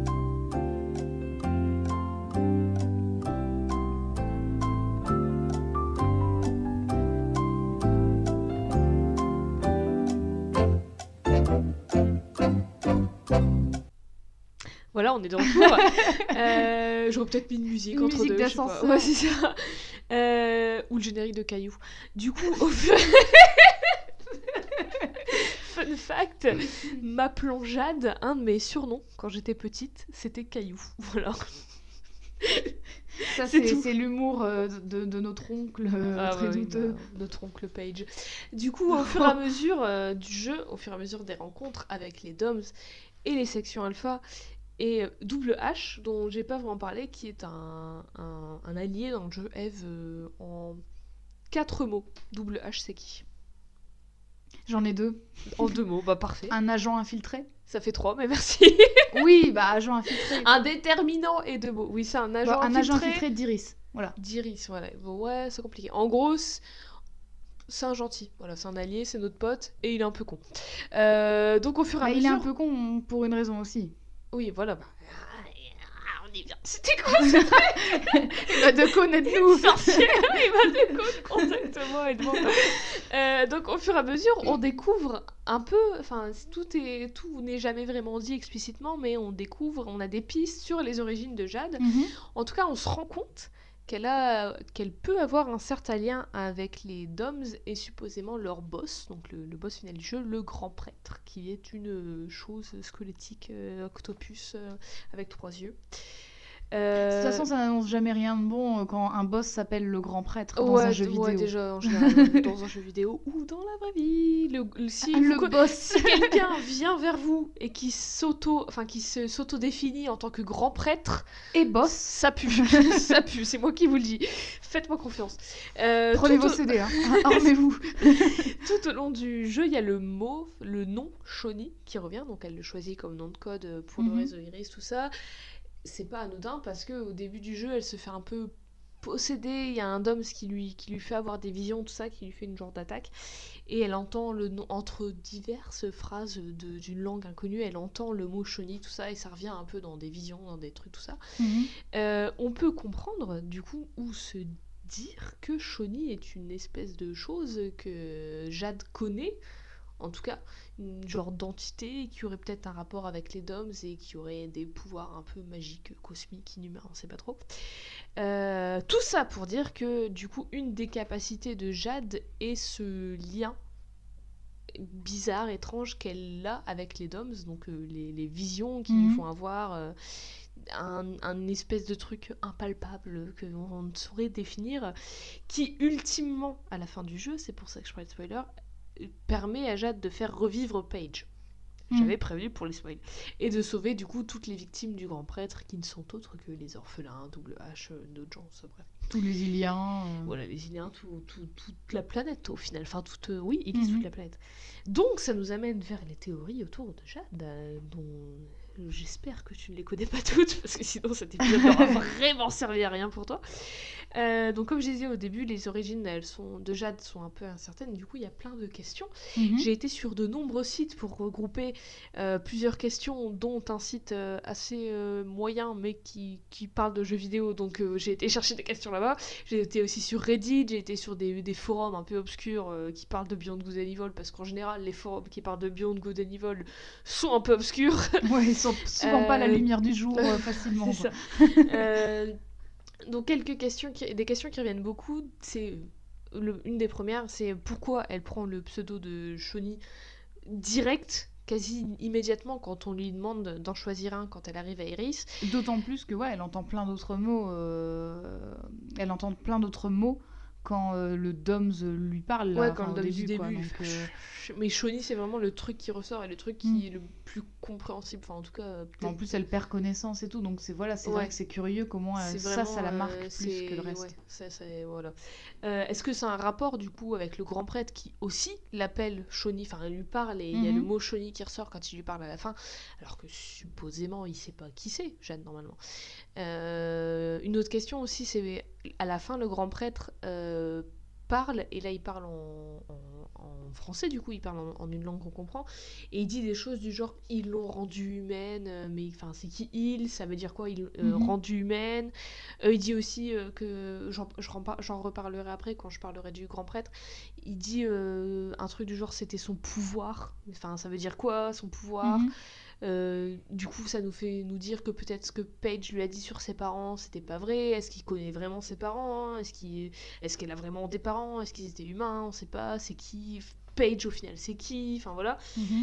Voilà, on est de retour. J'aurais peut-être mis une musique entre deux. Je sais pas. Ouais, c'est ça. Ou le générique de Caillou. Du coup, fun fact, m'appelant Jade, un de mes surnoms quand j'étais petite, c'était Caillou. Voilà.
Ça, c'est l'humour de notre oncle très douteux.
Notre oncle Page. Du coup, au fur et à mesure du jeu, au fur et à mesure des rencontres avec les DOMs et les sections alpha, et Double H, dont j'ai pas vraiment parlé, qui est un allié dans le jeu Eve en 4 mots. Double H, c'est qui ?
J'en ai 2.
En 2 mots, bah parfait.
Un agent infiltré ?
Ça fait 3, mais merci.
Oui, bah agent infiltré.
Un déterminant et 2 mots. Oui, c'est un agent infiltré.
Un agent infiltré d'Iris. Voilà.
D'Iris, voilà. Bon, ouais, c'est compliqué. En gros, c'est un gentil. Voilà, c'est un allié, c'est notre pote, et il est un peu con. Donc au fur et à mesure...
Il est un peu con pour une raison aussi.
Oui, voilà. On est bien. C'était quoi ce truc?
Emma Decaunes, aide-nous.
Sorcière, Emma Decaunes, contacte-moi, aide-moi. Donc au fur et à mesure, on découvre un peu, enfin tout n'est jamais vraiment dit explicitement, mais on a des pistes sur les origines de Jade. En tout cas, on se rend compte qu'elle peut avoir un certain lien avec les Doms et supposément leur boss, donc le boss final du jeu, le grand prêtre, qui est une chose squelettique, octopus, avec 3 yeux.
De toute façon, ça n'annonce jamais rien de bon quand un boss s'appelle le grand prêtre dans un jeu vidéo.
Ouais, déjà, en général, dans un jeu vidéo ou dans la vraie vie. Si quelqu'un vient vers vous et qui s'auto-définit en tant que grand prêtre
et boss,
ça pue. Ça pue, c'est moi qui vous le dis. Faites-moi confiance.
Prenez vos CD, armez-vous.
Tout au long du jeu, il y a le nom Shoni qui revient, donc elle le choisit comme nom de code pour le réseau Iris, tout ça. C'est pas anodin parce qu'au début du jeu, elle se fait un peu posséder. Il y a un Doms qui lui fait avoir des visions, tout ça, qui lui fait une genre d'attaque. Et elle entend le nom, entre diverses phrases d'une langue inconnue, elle entend le mot Shoni, tout ça, et ça revient un peu dans des visions, dans des trucs, tout ça. On peut comprendre, du coup, où se dire que Shoni est une espèce de chose que Jade connaît. En tout cas, une genre d'entité qui aurait peut-être un rapport avec les Doms et qui aurait des pouvoirs un peu magiques, cosmiques, inhumains, on sait pas trop. Tout ça pour dire que, du coup, une des capacités de Jade est ce lien bizarre, étrange qu'elle a avec les Doms, donc les visions qui lui font avoir... un espèce de truc impalpable que on ne saurait définir, qui ultimement, à la fin du jeu, c'est pour ça que je parlais de spoiler, permet à Jade de faire revivre Paige. J'avais prévu pour les spoils. Et de sauver du coup toutes les victimes du grand prêtre qui ne sont autres que les orphelins, Double H, d'autres gens, ça, bref.
Tous les Iliens.
Voilà, les Iliens, toute la planète au final. Enfin, toute la planète. Donc ça nous amène vers les théories autour de Jade, dont j'espère que tu ne les connais pas toutes, parce que sinon cet épisode n'aura vraiment servi à rien pour toi. Donc comme je disais au début, les origines de Jade sont un peu incertaines, du coup il y a plein de questions. J'ai été sur de nombreux sites pour regrouper plusieurs questions, dont un site assez moyen mais qui parle de jeux vidéo, donc j'ai été chercher des questions là-bas. J'ai été aussi sur Reddit, j'ai été sur des forums un peu obscurs qui parlent de Beyond Good and Evil, parce qu'en général les forums qui parlent de Beyond Good and Evil sont un peu obscurs.
Ouais, ils sont souvent pas la lumière du jour facilement.
C'est ça. Donc des questions qui reviennent beaucoup, c'est une des premières, c'est pourquoi elle prend le pseudo de Shoni direct, quasi immédiatement, quand on lui demande d'en choisir un quand elle arrive à Iris.
D'autant plus que elle entend plein d'autres mots. Elle entend plein d'autres mots quand le Doms lui parle.
Ouais, quand le Doms du début. Mais Shoni, c'est vraiment le truc qui ressort et le truc qui est le plus compréhensible. Enfin, en tout cas.
En plus, elle perd connaissance et tout, donc c'est vrai que c'est curieux comment ça la marque plus que le reste.
Ouais, voilà. Est-ce que c'est un rapport du coup avec le grand prêtre qui aussi l'appelle Shoni, enfin elle lui parle et il y a le mot Shoni qui ressort quand il lui parle à la fin, alors que supposément il sait pas qui c'est, Jade, normalement. Une autre question aussi, c'est à la fin le grand prêtre parle, et là il parle en français, du coup il parle en une langue qu'on comprend, et il dit des choses du genre ils l'ont rendue humaine, mais enfin c'est qui il, ça veut dire quoi rendue humaine. Il dit aussi que j'en reparlerai après quand je parlerai du grand prêtre, il dit un truc du genre c'était son pouvoir, enfin ça veut dire quoi son pouvoir. Du coup ça nous fait nous dire que peut-être ce que Paige lui a dit sur ses parents c'était pas vrai. Est-ce qu'il connaît vraiment ses parents, est-ce qu'elle a vraiment des parents, est-ce qu'ils étaient humains, on sait pas, c'est qui Paige au final, c'est qui, enfin voilà.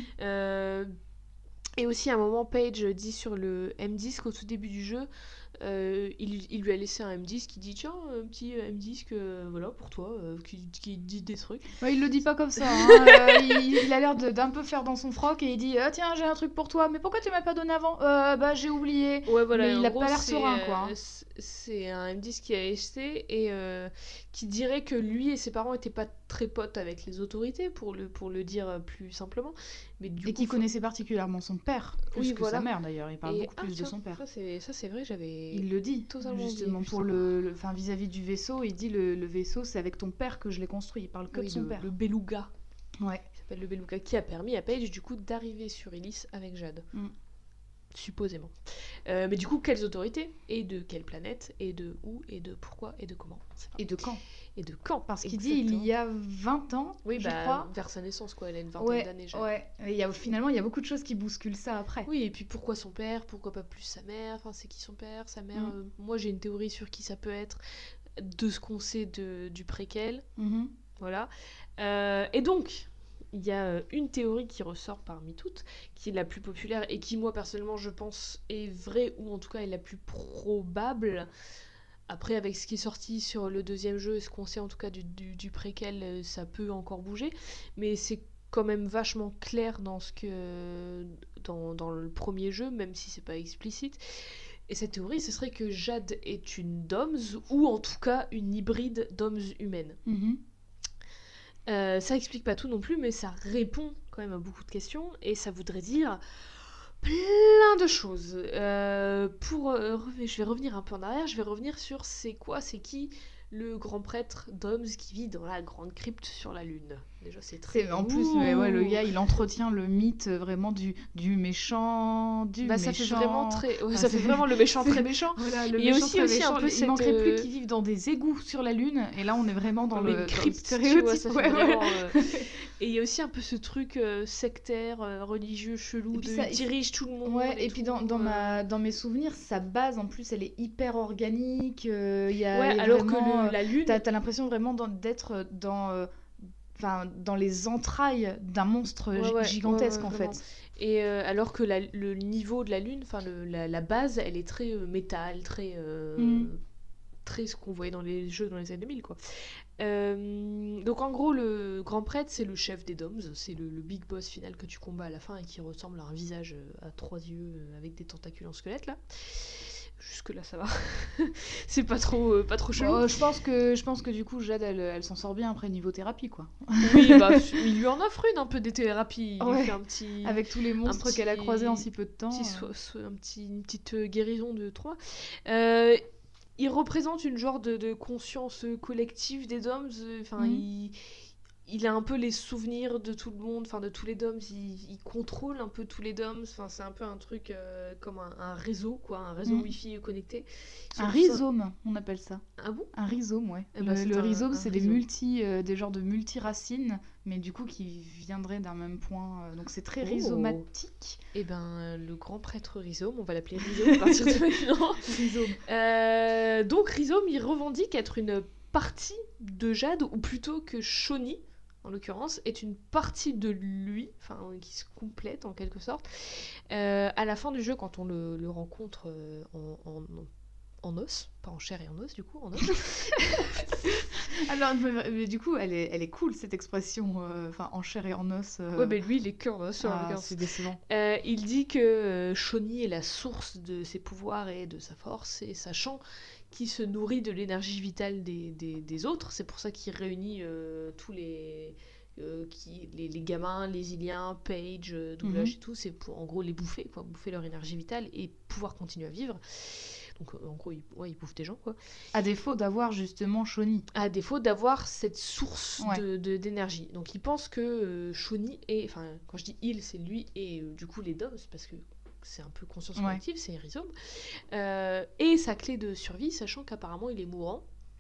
Et aussi à un moment Paige dit sur le M-Disc au tout début du jeu, il lui a laissé un M-Disc qui dit tiens un petit M-Disc voilà pour toi, qui dit des trucs.
Ouais, il le dit pas comme ça, il a l'air d'un peu faire dans son froc et il dit tiens j'ai un truc pour toi, mais pourquoi tu m'as pas donné avant, bah j'ai oublié.
Ouais, voilà,
mais il a pas l'air serein quoi.
C'est un M-Disc qui a acheté et qui dirait que lui et ses parents étaient pas très potes avec les autorités, pour le dire plus simplement, mais du coup,
qui connaissait particulièrement son père plus que sa mère d'ailleurs. Il parle beaucoup plus de son père.
Ça c'est vrai,
il le dit justement pour enfin vis-à-vis du vaisseau, il dit le vaisseau c'est avec ton père que je l'ai construit. Il parle que de son père.
Le Beluga.
Ouais.
Il s'appelle le Beluga, qui a permis à Paige du coup d'arriver sur Ilis avec Jade. supposément. Mais du coup, quelles autorités? Et de quelle planète? Et de où? Et de pourquoi? Et de comment?
Et de quand?
Et de quand?
Parce qu'il dit il y a 20 ans,
oui,
je crois.
Vers sa naissance, quoi. Elle a une vingtaine d'années.
Ouais. Et finalement, il y a beaucoup de choses qui bousculent ça après.
Oui, et puis pourquoi son père? Pourquoi pas plus sa mère? Enfin, c'est qui son père? Sa mère? Moi, j'ai une théorie sur qui ça peut être, de ce qu'on sait du préquel. Voilà. Et donc, il y a une théorie qui ressort parmi toutes, qui est la plus populaire et qui, moi, personnellement, je pense est vraie, ou en tout cas est la plus probable. Après, avec ce qui est sorti sur le deuxième jeu, ce qu'on sait en tout cas du préquel, ça peut encore bouger. Mais c'est quand même vachement clair dans le premier jeu, même si c'est pas explicite. Et cette théorie, ce serait que Jade est une DOMS, ou en tout cas une hybride DOMS humaine. Ça explique pas tout non plus, mais ça répond quand même à beaucoup de questions, et ça voudrait dire plein de choses. Je vais revenir un peu en arrière, je vais revenir sur c'est qui le grand prêtre Doms qui vit dans la grande crypte sur la Lune. Déjà, c'est très...
En plus, le gars, il entretient le mythe vraiment du méchant,
ça fait vraiment très... ça fait vraiment le méchant très méchant.
Voilà, le méchant très méchant. Il manquerait plus qu'ils vivent dans des égouts sur la Lune, et là, on est vraiment dans le
crypte,
stéréotype.
Et il y a aussi un peu ce truc sectaire, religieux, chelou, dirige tout le monde.
Ouais, et puis dans mes souvenirs, sa base, en plus, elle est hyper organique. Alors
que la Lune...
T'as l'impression vraiment d'être dans les entrailles d'un monstre gigantesque, en fait.
Et alors que le niveau de la Lune, la base, elle est très métal, très ce qu'on voyait dans les jeux dans les années 2000, quoi. Donc en gros, le grand prêtre, c'est le chef des Doms, c'est le big boss final que tu combats à la fin et qui ressemble à un visage à 3 yeux avec des tentacules en squelette, là. Jusque là ça va. C'est pas trop chelou.
Je pense que du coup Jade elle s'en sort bien après niveau thérapie, quoi.
Oui, il lui en offre un peu des thérapies. Il lui fait un petit...
Avec tous les monstres qu'elle a croisés en si peu de temps.
Une petite guérison de 3. Il représente une genre de conscience collective des Doms. Il a un peu les souvenirs de tout le monde, de tous les Doms. Il contrôle un peu tous les Doms. C'est un peu un truc comme un réseau, quoi, un réseau Wi-Fi connecté.
Un rhizome, on appelle ça.
Ah bon ?
Un rhizome, ouais. Le rhizome, c'est des genres de multiracines, mais du coup qui viendraient d'un même point. Donc c'est très rhizomatique.
Et le grand prêtre rhizome, on va l'appeler rhizome à partir de maintenant. Rhizome. Donc rhizome, il revendique être une partie de Jade, ou plutôt que Shawnee, en l'occurrence, est une partie de lui, qui se complète en quelque sorte. À la fin du jeu, quand on le rencontre en os, pas en chair et en os, du coup, en os.
Alors, mais du coup, elle est cool, cette expression, en chair et en os.
Ouais, mais lui, il est que en os.
C'est décevant.
Il dit que Shawnee est la source de ses pouvoirs et de sa force, et sachant qui se nourrit de l'énergie vitale des autres. C'est pour ça qu'il réunit tous les gamins, les Iliens, Paige, Douglas et tout. C'est pour, en gros, les bouffer leur énergie vitale et pouvoir continuer à vivre. Donc, en gros, il bouffe des gens, quoi.
À défaut d'avoir, justement, Shawnee.
À défaut d'avoir cette source d'énergie. Donc, il pense que Shawnee est... quand je dis il, c'est lui et du coup les Doms, parce que c'est un peu conscience collective, c'est rhizome. Et sa clé de survie, sachant qu'apparemment il est mourant.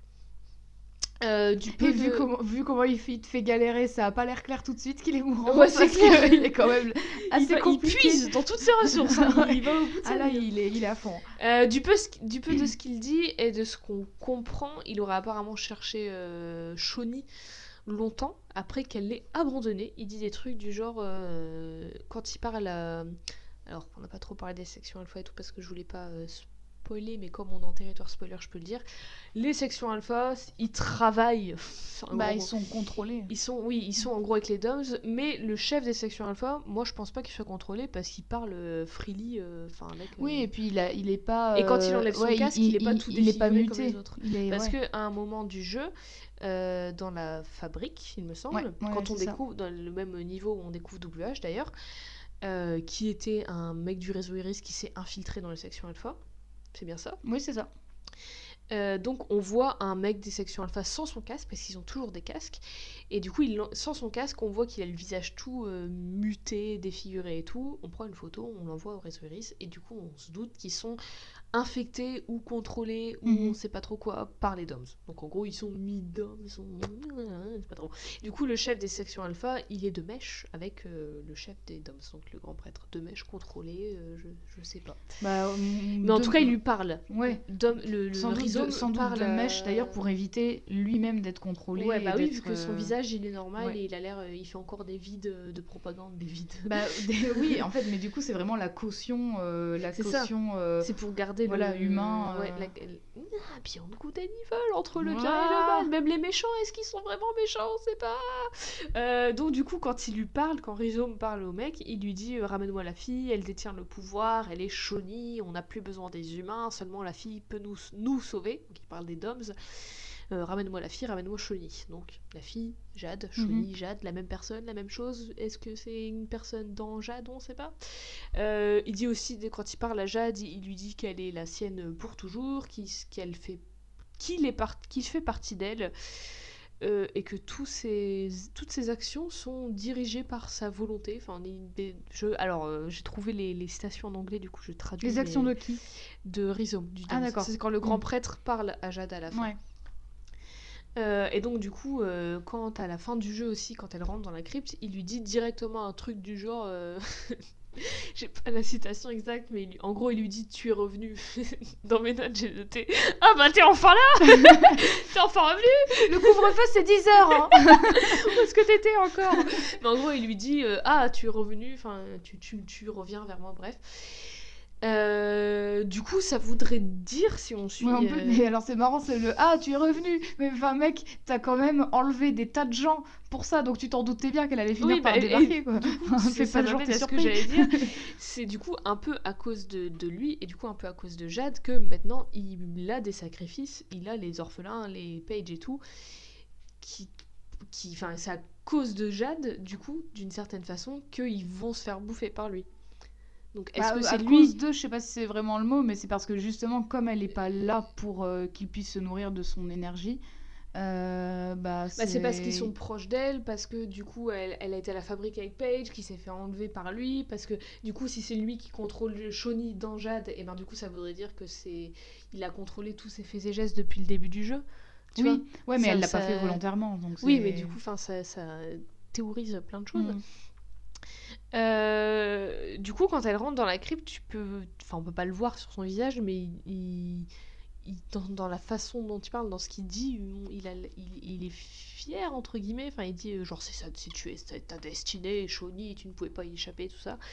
Vu comment il te fait galérer, ça a pas l'air clair tout de suite qu'il est mourant.
Ouais, c'est clair.
Il est quand même assez compliqué.
Il puise dans toutes ses ressources. Il va au bout de sa vie.
Il est à fond.
Du peu de ce qu'il dit et de ce qu'on comprend, il aurait apparemment cherché Shawnee longtemps après qu'elle l'ait abandonné. Il dit des trucs du genre quand il parle à... Alors, on n'a pas trop parlé des sections alpha et tout parce que je voulais pas spoiler, mais comme on est en territoire spoiler, je peux le dire. Les sections alpha, ils travaillent.
Ils sont contrôlés.
Ils sont en gros avec les DOMs, mais le chef des sections alpha, moi je pense pas qu'il soit contrôlé parce qu'il parle freely.
Oui, et puis il est pas.
Et quand il enlève son casque, il est pas tout défiguré
pas muté
comme les autres. Parce qu'à un moment du jeu, dans la fabrique, il me semble, quand on découvre, dans le même niveau où on découvre WH d'ailleurs, qui était un mec du réseau Iris qui s'est infiltré dans les sections alpha. C'est bien ça ?
Oui, c'est ça.
Donc on voit un mec des sections alpha sans son casque, parce qu'ils ont toujours des casques, et du coup sans son casque on voit qu'il a le visage tout muté, défiguré et tout. On prend une photo, on l'envoie au réseau Iris, et du coup on se doute qu'ils sont infectés ou contrôlés ou on sait pas trop quoi par les DOMS. Donc en gros ils sont mi-DOMS, ils sont... c'est pas trop. Du coup le chef des sections alpha il est de mèche avec le chef des DOMS, donc le grand prêtre. De mèche contrôlé, je sais pas. Mais en tout cas il lui parle.
Ouais.
Le rhizome
sans doute
parle
de mèche d'ailleurs pour éviter lui-même d'être contrôlé.
Ouais bah oui, vu que son visage il est normal et il a l'air, il fait encore des vides de propagande, des vides.
Oui en fait, mais du coup c'est vraiment la caution,
c'est pour garder
voilà, humain.
Beyond Good and Evil, entre le bien et le mal. Même les méchants, est-ce qu'ils sont vraiment méchants? On sait pas. Donc du coup, quand il lui parle, quand Rhizome parle au mec, il lui dit ramène-moi la fille, elle détient le pouvoir, elle est Shawnee, on n'a plus besoin des humains, seulement la fille peut nous sauver. Donc il parle des DOMS. Ramène-moi la fille, ramène-moi Shawnee. Donc la fille, Jade, Shawnee, Jade, la même personne, la même chose. Est-ce que c'est une personne dans Jade? On sait pas. Il dit aussi, quand il parle à Jade, il lui dit qu'elle est la sienne pour toujours, qu'il fait partie d'elle, et que toutes ses actions sont dirigées par sa volonté. Enfin, j'ai trouvé les citations en anglais, du coup je traduis.
Les actions de qui?
De Rhizome.
D'accord.
C'est quand le grand prêtre parle à Jade à la fin.
Ouais.
Et donc du coup, quand à la fin du jeu aussi, quand elle rentre dans la crypte, il lui dit directement un truc du genre... J'ai pas la citation exacte, mais en gros il lui dit tu es revenu. Dans mes notes j'ai noté ah bah t'es enfin là. T'es enfin revenu.
Le couvre-feu c'est 10h hein.
Où est-ce que t'étais encore? Mais en gros il lui dit ah tu es revenu, enfin tu reviens vers moi, bref. Du coup ça voudrait dire, si on suit...
mais alors c'est marrant, c'est le ah tu es revenu, mais enfin mec t'as quand même enlevé des tas de gens pour ça, donc tu t'en doutais bien qu'elle allait finir par débarquer quoi.
C'est pas genre ce que j'allais dire. C'est du coup un peu à cause de lui et du coup un peu à cause de Jade que maintenant il a des sacrifices, il a les orphelins, les Paige et tout enfin c'est à cause de Jade du coup d'une certaine façon qu'ils vont se faire bouffer par lui. Donc, est-ce que c'est
à cause de, je sais pas si c'est vraiment le mot, mais c'est parce que justement, comme elle est pas là pour qu'il puisse se nourrir de son énergie,
c'est parce qu'ils sont proches d'elle, parce que du coup, elle a été à la fabrique avec Paige, qui s'est fait enlever par lui, parce que du coup, si c'est lui qui contrôle Shawnee dans Jade, et ben du coup, ça voudrait dire que il a contrôlé tous ses faits et gestes depuis le début du jeu. Tu vois
ouais, mais elle l'a pas fait volontairement, donc.
Oui, mais du coup, ça théorise plein de choses. Du coup, quand elle rentre dans la crypte, on peut pas le voir sur son visage, mais dans la façon dont il parle, dans ce qu'il dit, il est fier entre guillemets. Enfin, il dit genre c'est ta destinée, Shawnee, tu ne pouvais pas y échapper, tout ça.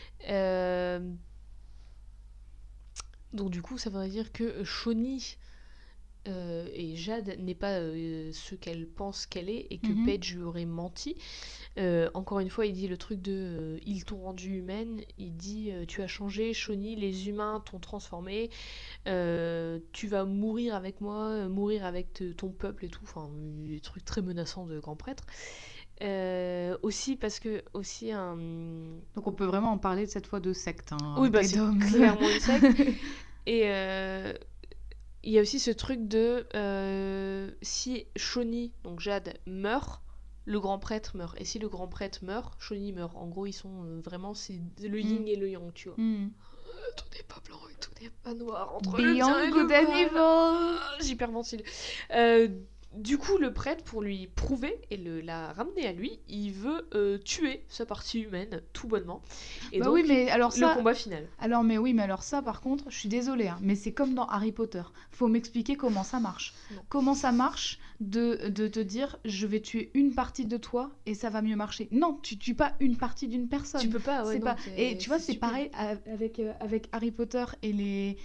Donc du coup, ça voudrait dire que Shawnee et Jade n'est pas ce qu'elle pense qu'elle est et que Paige lui aurait menti. Encore une fois, il dit le truc de ils t'ont rendue humaine. Il dit tu as changé, Shawnee, les humains t'ont transformée. Tu vas mourir avec moi, mourir avec ton peuple et tout. Enfin, des trucs très menaçants de grand prêtre. Aussi parce que
donc on peut vraiment en parler cette fois de secte.
Oui, bah c'est clairement une secte. Et il y a aussi ce truc de si Shawnee, donc Jade, meurt, le grand prêtre meurt. Et si le grand prêtre meurt, Shawnee meurt. En gros, ils sont vraiment... C'est le yin et le yang, tu vois. Tout n'est pas blanc et tout n'est pas noir. Entre le bien et le mal. J'hyperventile. Du coup, le prêtre, pour lui prouver et la ramener à lui, il veut tuer sa partie humaine, tout bonnement. Et donc,
oui, mais alors
le combat final.
Alors ça, par contre, je suis désolée, hein, mais c'est comme dans Harry Potter. Faut m'expliquer comment ça marche. Non. Comment ça marche de te dire, je vais tuer une partie de toi et ça va mieux marcher. Non, tu tues pas une partie d'une personne.
Tu peux pas, ouais.
Et tu vois, c'est pareil avec Harry Potter et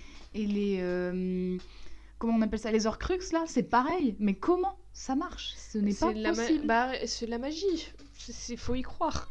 les comment on appelle ça, les Horcruxes là, c'est pareil, mais comment ça marche? Ce n'est pas possible.
C'est la magie, faut y croire.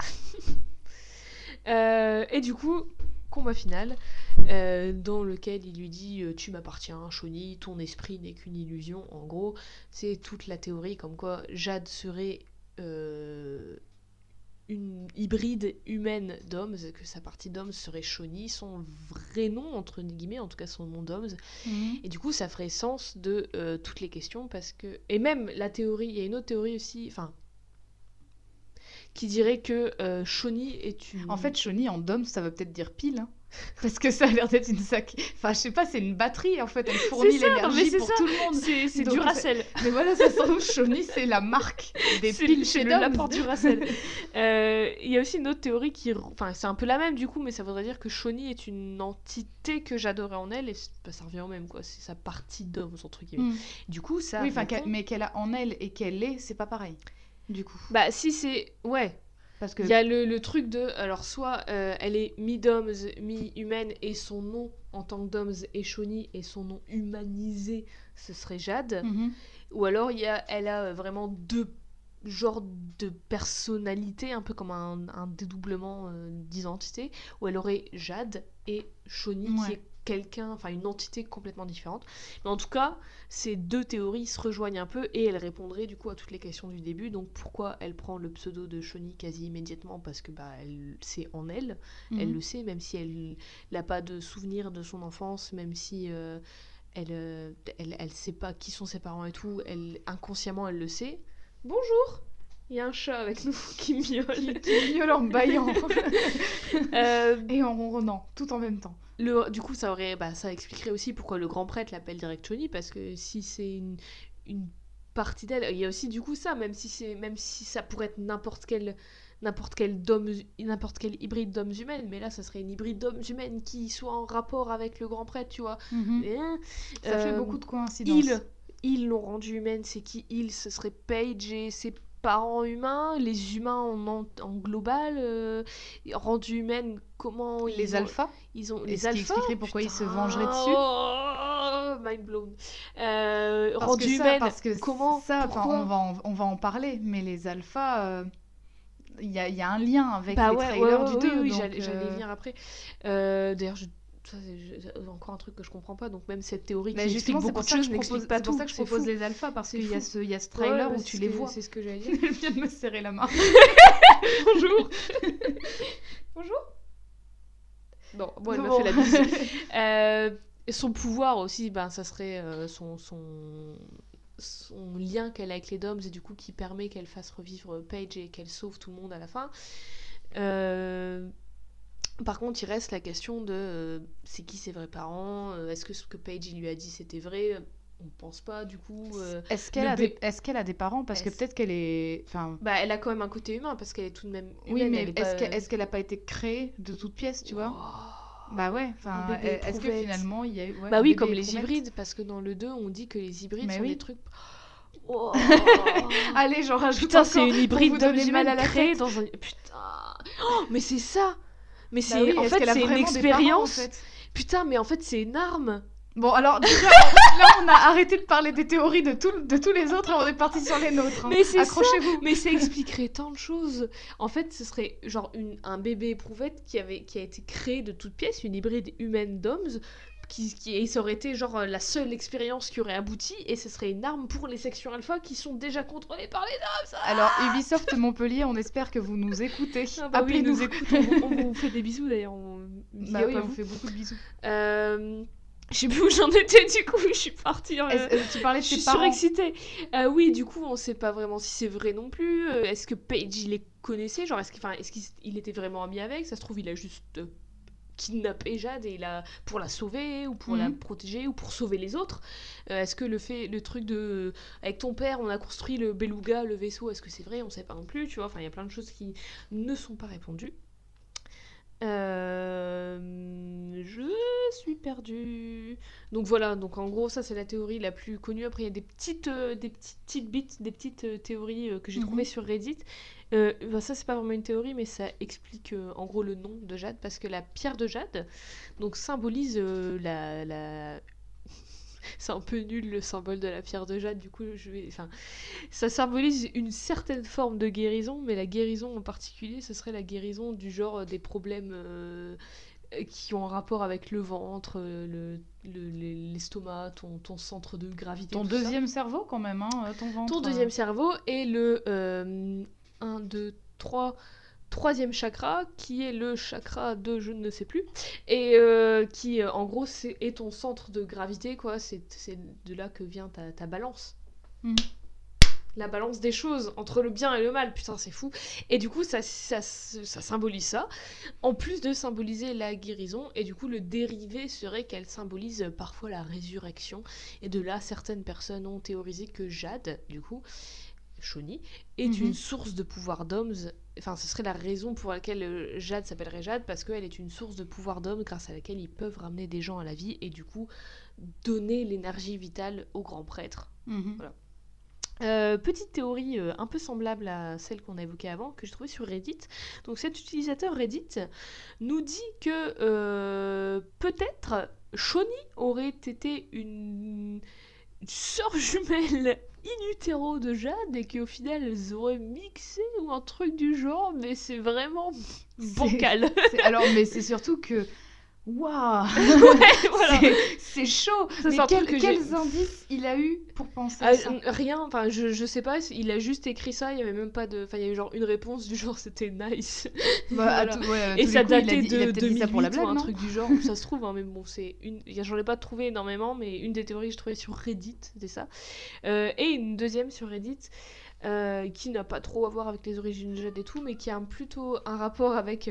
Et du coup, combat final, dans lequel il lui dit tu m'appartiens, Shawnee, ton esprit n'est qu'une illusion. En gros, c'est toute la théorie comme quoi Jade serait une hybride humaine d'Homs, que sa partie d'Homs serait Shawnee, son vrai nom, entre guillemets, en tout cas son nom d'Homs. Et du coup, ça ferait sens de toutes les questions, parce que... Et même la théorie, il y a une autre théorie aussi, enfin, qui dirait que Shawnee est une...
En fait, Shawnee en DOM, ça veut peut-être dire pile, hein. Parce que ça a l'air d'être une sac. Enfin, je sais pas, c'est une batterie en fait, elle fournit l'énergie pour tout le monde.
C'est Duracell.
Mais voilà, ça se trouve, Shawnee, c'est la marque des piles chez
le
DOM.
l'apport Duracell. Il y a aussi une autre théorie qui. Enfin, c'est un peu la même du coup, mais ça voudrait dire que Shawnee est une entité que j'adorais en elle, et ça revient au même quoi, c'est sa partie d'homme, entre guillemets. Du coup, ça.
Oui, mais qu'elle a en elle et qu'elle est, c'est pas pareil. Du coup.
Bah, si c'est. Ouais. Parce que... Il y a le truc de... Alors, soit elle est mi-doms, mi-humaine, et son nom en tant que doms est Shawnee, et son nom humanisé, ce serait Jade. Ou alors, elle a vraiment deux genres de personnalités, un peu comme un dédoublement d'identité, où elle aurait Jade et Shawnee, qui est quelqu'un, enfin une entité complètement différente. Mais en tout cas, ces deux théories se rejoignent un peu et elles répondraient du coup à toutes les questions du début. Donc pourquoi elle prend le pseudo de Shawnee quasi immédiatement, parce que c'est en elle, elle le sait, même si elle n'a pas de souvenir de son enfance, même si elle sait pas qui sont ses parents et tout, inconsciemment elle le sait. Bonjour, il y a un chat avec nous qui miaule.
Qui miaule en bâillant. Et en ronronnant, tout en même temps.
Du coup, ça expliquerait aussi pourquoi le grand prêtre l'appelle direct Shawnee, parce que si c'est une partie d'elle, il y a aussi du coup ça, même si ça pourrait être n'importe quel hybride d'hommes humaines, mais là ça serait une hybride d'hommes humaines qui soit en rapport avec le grand prêtre, tu vois.
Ça fait beaucoup de coïncidences.
Ils l'ont rendue humaine, c'est qui ils? Ce serait Paige et ses parents humains, les humains en global, rendus humaines, comment
les alphas
ils ont
les alphas, qui expliquerait pourquoi ils se vengeraient dessus.
Mind blown.
Rendus humaines,
parce que comment ça,
on va en parler, mais les alphas, il y a un lien avec les trailers du 2.
Oui, j'allais venir après. D'ailleurs, ça c'est encore un truc que je comprends pas, donc même cette théorie qui explique beaucoup de choses n'explique pas tout.
C'est pour ça que je propose les alphas, parce qu'il y a ce trailer où tu les vois.
C'est ce que j'allais dire.
Elle vient de me serrer la main.
Bonjour. Bonjour. Bon, elle m'a fait la bise. Son pouvoir aussi, ça serait son lien qu'elle a avec les Doms, et du coup qui permet qu'elle fasse revivre Paige et qu'elle sauve tout le monde à la fin. Par contre, il reste la question de c'est qui ses vrais parents, est-ce que ce que Paige lui a dit c'était vrai? On pense pas du coup.
Est-ce qu'elle a des parents? Parce que peut-être qu'elle est...
elle a quand même un côté humain, parce qu'elle est tout de même humaine.
Oui, mais est-ce qu'elle a pas été créée de toutes pièces, tu vois? Bah ouais, est-ce que finalement il y a eu...
bah oui, comme les hybrides, parce que dans le 2, on dit que les hybrides sont des trucs...
Oh. Allez, j'en rajoute
putain, c'est une hybride d'homme humain créée dans un... Putain, mais c'est ça. Mais c'est en fait c'est une expérience. En fait. Putain, mais en fait c'est une arme.
Bon, alors déjà, là on a arrêté de parler des théories de tous les autres et on est parti sur les nôtres. Hein.
Mais c'est accrochez-vous. Mais ça expliquerait tant de choses. En fait, ce serait genre un bébé éprouvette qui a été créé de toutes pièces, une hybride humaine d'hommes. Et ça aurait été genre la seule expérience qui aurait abouti, et ce serait une arme pour les sections alpha qui sont déjà contrôlées par les Doms.
Alors Ubisoft Montpellier, on espère que vous nous écoutez.
Appelez-nous. On vous fait des bisous d'ailleurs. On
fait beaucoup de bisous.
Je sais plus où j'en étais, du coup je suis partie.
Tu parlais de tes parents.
Je suis surexcitée. Oui, du coup on sait pas vraiment si c'est vrai non plus. Est-ce que Paige il les connaissait, genre est-ce qu'il était vraiment ami avec? Ça se trouve il a juste kidnappé Jade et pour la sauver ou pour la protéger ou pour sauver les autres. Est-ce que le truc de avec ton père on a construit le beluga, le vaisseau, est-ce que c'est vrai? On sait pas non plus, tu vois. Enfin il y a plein de choses qui ne sont pas répondues. Je suis perdue. Donc voilà, donc en gros ça c'est la théorie la plus connue. Après il y a des petites théories que j'ai trouvées sur Reddit. Ça c'est pas vraiment une théorie, mais ça explique en gros le nom de Jade, parce que la pierre de Jade donc symbolise la c'est un peu nul le symbole de la pierre de Jade, du coup ça symbolise une certaine forme de guérison, mais la guérison en particulier ce serait la guérison du genre des problèmes qui ont un rapport avec le ventre, l'estomac, ton centre de gravité,
ton deuxième cerveau quand même, hein, ton ventre.
Ton deuxième cerveau et le 1, 2, 3 troisième chakra, qui est le chakra de je ne sais plus, et qui, en gros, est ton centre de gravité, quoi. C'est de là que vient ta balance. La balance des choses entre le bien et le mal, putain, c'est fou. Et du coup, ça symbolise ça, en plus de symboliser la guérison, et du coup, le dérivé serait qu'elle symbolise parfois la résurrection, et de là, certaines personnes ont théorisé que Jade, du coup, Shoni, est une source de pouvoir d'hommes. Enfin, ce serait la raison pour laquelle Jade s'appellerait Jade, parce qu'elle est une source de pouvoir d'hommes grâce à laquelle ils peuvent ramener des gens à la vie, et du coup, donner l'énergie vitale au grand prêtre. Voilà. Petite théorie un peu semblable à celle qu'on a évoquée avant, que j'ai trouvée sur Reddit. Donc cet utilisateur Reddit nous dit que peut-être Shoni aurait été une sœur jumelle in utero de Jade et qu'au final elles auraient mixé ou un truc du genre, mais c'est vraiment bancal.
Alors, mais c'est surtout que waouh,
voilà.
c'est chaud.
Ça,
mais quels indices il a eu pour penser à ça?
Rien, enfin je sais pas, il a juste écrit ça, il y avait même pas de, enfin il y avait genre une réponse du genre c'était nice.
Bah,
voilà. Et ça datait de 2008
pour la blague,
ou un truc du genre, ça se trouve, hein, mais bon c'est j'en ai pas trouvé énormément, mais une des théories que je trouvais sur Reddit, c'était ça. Et une deuxième sur Reddit. Qui n'a pas trop à voir avec les origines de Jade et tout, mais qui a plutôt un rapport avec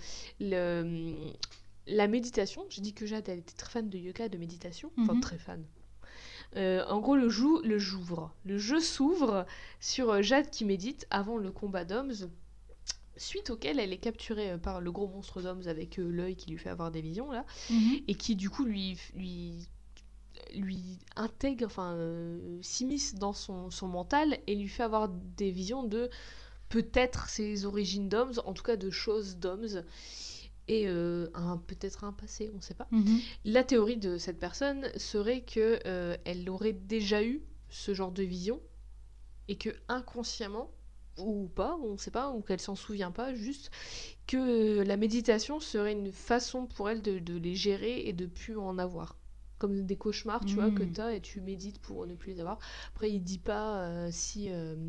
la méditation. J'ai dit que Jade, elle était très fan de yoga, de méditation. Enfin, très fan. En gros, le jeu s'ouvre sur Jade qui médite avant le combat d'Homs, suite auquel elle est capturée par le gros monstre d'Homs avec l'œil qui lui fait avoir des visions, là, et qui, du coup, lui intègre, enfin, s'immisce dans son mental et lui fait avoir des visions de peut-être ses origines d'Homs, en tout cas de choses d'Homs. Et peut-être un passé, on ne sait pas. La théorie de cette personne serait que elle aurait déjà eu ce genre de vision et que inconsciemment ou pas, on ne sait pas, ou qu'elle s'en souvient pas, juste que la méditation serait une façon pour elle de les gérer et de plus en avoir. Comme des cauchemars, tu vois, que t'as et tu médites pour ne plus les avoir. Après, il dit pas si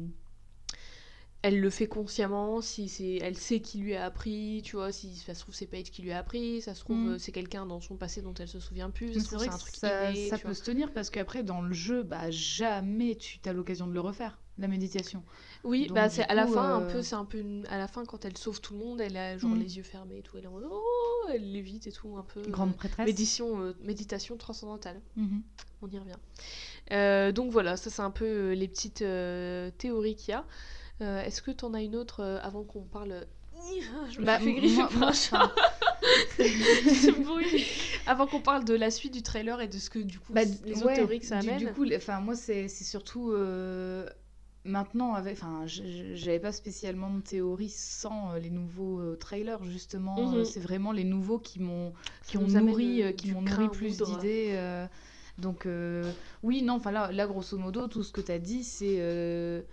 elle le fait consciemment, si elle sait qui lui a appris, tu vois, si ça se trouve c'est Paige qui lui a appris, ça se trouve c'est quelqu'un dans son passé dont elle se souvient plus,
c'est vrai que un truc inné, ça peut se tenir parce qu'après dans le jeu, bah jamais tu as l'occasion de le refaire, la méditation.
Oui, donc, bah c'est à la fin un peu, c'est un peu à la fin quand elle sauve tout le monde, elle a genre les yeux fermés et tout, elle est en mode oh, elle lévite et tout un peu.
Grande prêtresse.
Méditation transcendantale. On y revient. Donc voilà, ça c'est un peu les petites théories qu'il y a. Est-ce que t'en as une autre avant qu'on parle je me fais griffer par ça. C'est bruit. Avant qu'on parle de la suite du trailer et de ce que du coup les autres théories que ça amène.
Du coup, moi c'est surtout maintenant j'avais pas spécialement de théorie sans les nouveaux trailers justement. C'est vraiment les nouveaux qui m'ont nourri plus d'idées. Donc oui, non, enfin là grosso modo tout ce que t'as dit c'est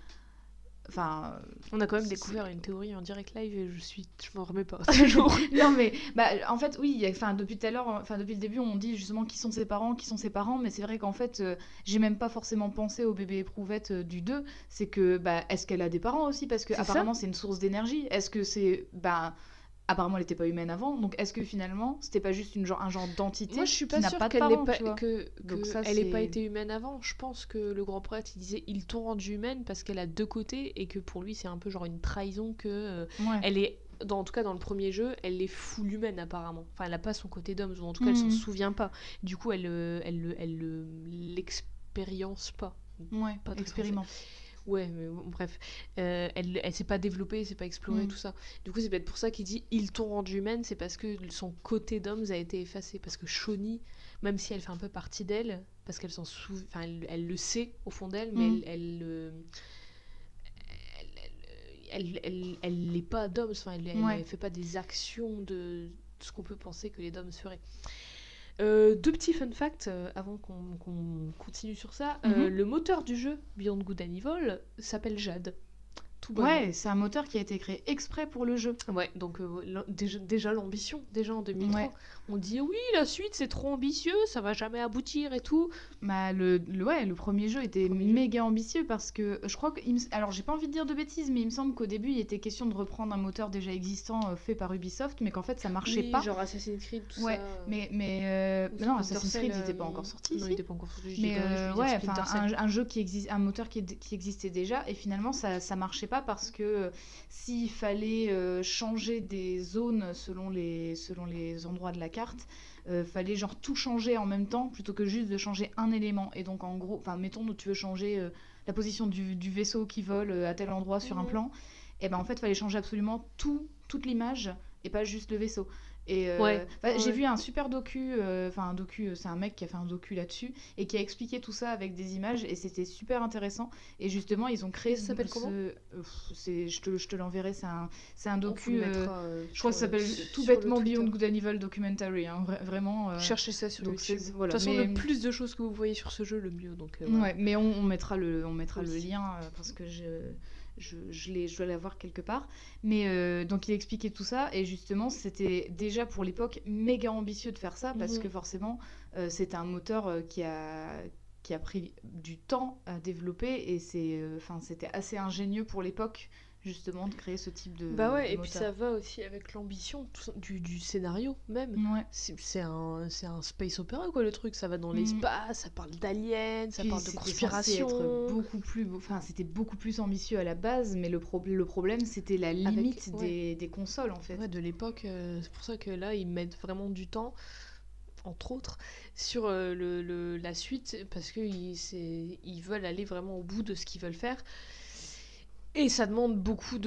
on a quand même découvert une théorie en direct live et je m'en remets pas.
Non mais en fait oui, depuis tout à l'heure, depuis le début on dit justement qui sont ses parents, mais c'est vrai qu'en fait j'ai même pas forcément pensé au bébé éprouvette du 2, c'est que est-ce qu'elle a des parents aussi, parce que apparemment c'est une source d'énergie, est-ce que c'est apparemment elle n'était pas humaine avant, donc est-ce que finalement c'était pas juste un genre d'entité?
Moi je suis pas sûre qu'elle n'ait pas été humaine avant. Je pense que le grand prêtre il disait ils t'ont rendue humaine parce qu'elle a deux côtés et que pour lui c'est un peu genre une trahison que elle est, en tout cas dans le premier jeu, elle est full humaine apparemment. Enfin elle a pas son côté d'homme, ou en tout cas elle s'en souvient pas. Du coup elle l'expérience pas.
Ouais, pas expérimente.
Ouais, mais bon, bref, elle s'est pas développée, s'est pas explorée, tout ça. Du coup, c'est peut-être pour ça qu'il dit ils t'ont rendue humaine, c'est parce que son côté d'homme a été effacé. Parce que Shoni, même si elle fait un peu partie d'elle, parce qu'elle s'en souvient, enfin, elle le sait au fond d'elle, mais elle n'est pas d'homme, enfin, elle fait pas des actions de ce qu'on peut penser que les DOMs feraient. Deux petits fun facts avant qu'on continue sur ça. Le moteur du jeu Beyond Good and Evil s'appelle Jade, tout bonnement.
Ouais, c'est un moteur qui a été créé exprès pour le jeu.
Ouais, donc déjà l'ambition, déjà en 2003.
Ouais.
On dit oui, la suite c'est trop ambitieux, ça va jamais aboutir et tout.
Bah, le premier jeu était méga ambitieux parce que je crois que. Alors, j'ai pas envie de dire de bêtises, mais il me semble qu'au début, il était question de reprendre un moteur déjà existant fait par Ubisoft, mais qu'en fait, ça marchait
Oui,
pas.
genre Assassin's Creed, tout
Ouais,
ça.
mais
Ou
non,
Splinter
Assassin's
Cell,
Creed, il était pas encore sorti
Non,
ici.
il était pas encore sorti. je dis
Mais
conneries, je veux dire
ouais,
Splinter
enfin,
Cell.
un jeu qui existe, un moteur qui existait déjà, et finalement, ça marchait pas parce que s'il fallait changer des zones selon les endroits de la carte, fallait genre tout changer en même temps plutôt que juste de changer un élément. Et donc en gros, enfin mettons que tu veux changer la position du vaisseau qui vole à tel endroit sur un plan, et ben en fait fallait changer absolument toute l'image et pas juste le vaisseau. Et j'ai vu un super docu, enfin un docu, c'est un mec qui a fait un docu là-dessus et qui a expliqué tout ça avec des images et c'était super intéressant. Et justement, ils ont créé
Ça s'appelle comment
je te l'enverrai, c'est un docu. Je crois que ça s'appelle tout
sur
bêtement
le Twitter.
Beyond Good and Evil Documentary, hein, vraiment.
Cherchez ça sur
donc
YouTube.
voilà.
De toute façon,
Mais-
le plus de choses que vous voyez sur ce jeu, le mieux. Donc, voilà.
Ouais, mais on mettra le
Aussi.
lien parce que je dois l'avoir quelque part. Mais donc il expliquait tout ça et justement c'était déjà pour l'époque méga ambitieux de faire ça parce que forcément c'était un moteur qui a pris du temps à développer et c'était assez ingénieux pour l'époque justement de créer ce type de
Bah ouais,
de
et puis
moteur.
ça va aussi avec l'ambition du scénario même.
Ouais.
C'est un space opéra quoi le truc, ça va dans l'espace, ça parle d'aliens, ça
Puis
parle de
c'était
conspiration.
censé être beaucoup plus, c'était beaucoup plus ambitieux à la base, mais le problème c'était la limite des consoles en fait.
Ouais, de l'époque, c'est pour ça que là ils mettent vraiment du temps, entre autres, sur la suite, parce qu'ils veulent aller vraiment au bout de ce qu'ils veulent faire. Et ça demande beaucoup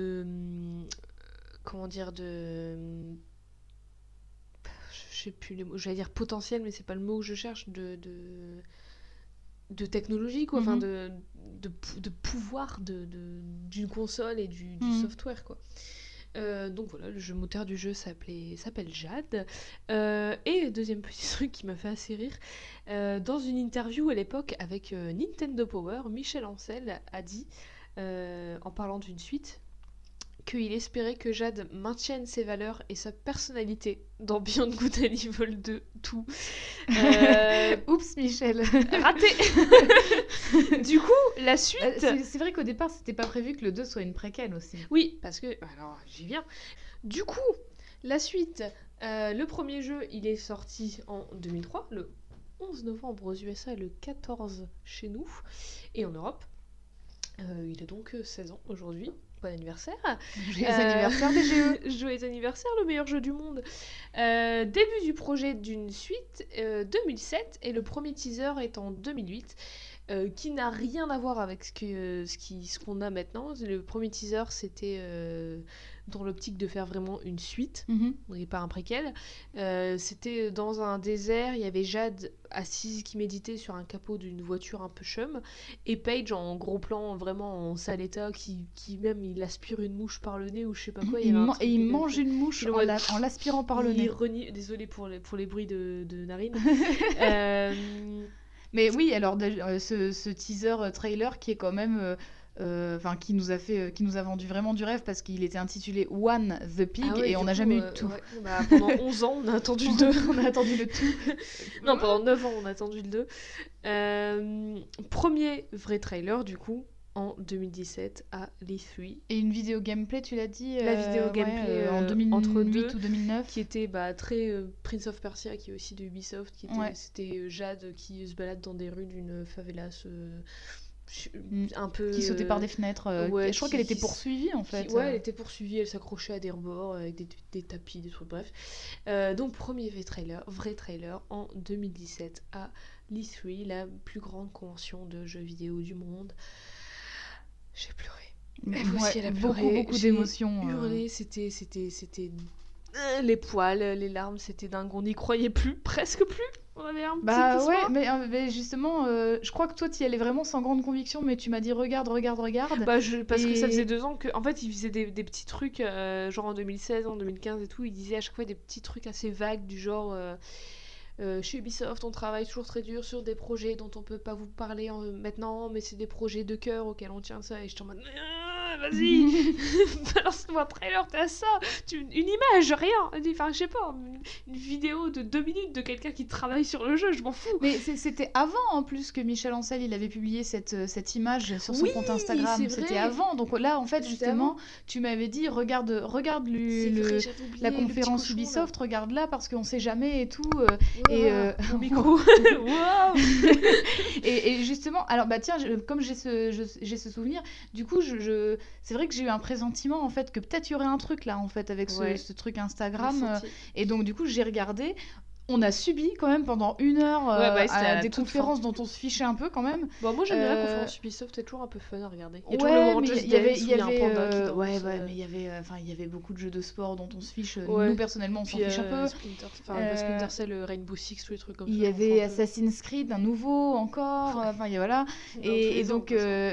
comment dire, je sais plus les mots, j'allais dire potentiel, mais c'est pas le mot que je cherche, de technologie, quoi, enfin de pouvoir d'une console et du software, quoi. Donc voilà, le jeu moteur du jeu s'appelle Jade. Et deuxième petit truc qui m'a fait assez rire, dans une interview à l'époque avec Nintendo Power, Michel Ancel a dit, en parlant d'une suite, qu'il espérait que Jade maintienne ses valeurs et sa personnalité dans Beyond Good and Evil 2, tout.
Oups, Michel.
Raté. Du coup, la suite...
c'est vrai qu'au départ, c'était pas prévu que le 2 soit une préquelle aussi.
Oui, parce que... Alors, j'y viens. Du coup, la suite, le premier jeu, il est sorti en 2003, le 11 novembre aux USA et le 14 chez nous, et en Europe. Il a donc 16 ans aujourd'hui. Bon anniversaire.
Joyeux anniversaire DGE.
Joyeux anniversaire, le meilleur jeu du monde. Début du projet d'une suite 2007 et le premier teaser est en 2008. Qui n'a rien à voir avec ce qu'on a maintenant. Le premier teaser, c'était dans l'optique de faire vraiment une suite, et pas un préquel. C'était dans un désert, il y avait Jade assise qui méditait sur un capot d'une voiture un peu chum, et Paige en gros plan, vraiment en sale état, qui même il aspire une mouche par le nez ou je sais pas quoi.
Il mange une mouche en l'aspirant par le nez.
Désolée pour les bruits de narines.
Mais oui, alors ce teaser trailer qui est quand même, qui nous a vendu vraiment du rêve parce qu'il était intitulé One the Pig et on n'a jamais eu de tout.
Ouais. Bah, pendant 11 ans, on a attendu le 2.
On a attendu le tout.
Non, pendant 9 ans, on a attendu le 2. Premier vrai trailer, du coup, en 2017 à l'E3.
Et une vidéo gameplay, tu l'as dit
La vidéo gameplay
en 2008
entre deux,
ou 2009.
Qui était très Prince of Persia, qui est aussi de Ubisoft. C'était Jade qui se balade dans des rues d'une favelas un peu...
Qui sautait par des fenêtres. Je crois qu'elle était poursuivie, en fait.
Elle était poursuivie, elle s'accrochait à des rebords avec des tapis, des trucs, bref. Donc, premier vrai trailer en 2017 à l'E3, la plus grande convention de jeux vidéo du monde. J'ai pleuré. Elle aussi, elle a pleuré.
Beaucoup d'émotions.
J'ai hurlé, c'était les poils, les larmes, c'était dingue. On n'y croyait plus, presque plus. On avait un petit espoir.
Mais justement, je crois que toi, tu y allais vraiment sans grande conviction, mais tu m'as dit regarde.
Parce que ça faisait 2 ans que... En fait, ils faisaient des petits trucs, genre en 2016, en 2015 et tout. Ils disaient à chaque fois des petits trucs assez vagues, du genre... chez Ubisoft, on travaille toujours très dur sur des projets dont on peut pas vous parler maintenant, mais c'est des projets de cœur auxquels on tient ça. Et je suis en mode, vas-y, balance-moi un trailer, t'as ça, une image, rien, enfin je sais pas, une vidéo de 2 minutes de quelqu'un qui travaille sur le jeu, je m'en fous.
Mais c'était avant en plus que Michel Ancel il avait publié cette image sur son compte Instagram, c'était avant, donc là en fait justement tu m'avais dit regarde la conférence Ubisoft, regarde là parce qu'on sait jamais et tout,
mon micro, wow.
et justement, alors bah tiens, comme j'ai ce souvenir, du coup c'est vrai que j'ai eu un pressentiment en fait que peut-être il y aurait un truc là en fait avec ce truc Instagram, et donc du coup j'ai regardé. On a subi quand même pendant 1 heure à des conférences dont on se fichait un peu quand même.
Bon, moi j'aime bien la conférence Ubisoft, c'est toujours un peu fun à regarder. Il y a
toujours
le moment
mais
Just
il y avait,
Dance où il y a un panda qui danse.
mais il y avait beaucoup de jeux de sport dont on se fiche. Nous personnellement on s'en fiche un peu.
Splinter Cell, Rainbow Six, tous les trucs comme ça.
Il y avait Assassin's Creed, un nouveau encore. Enfin voilà. Et donc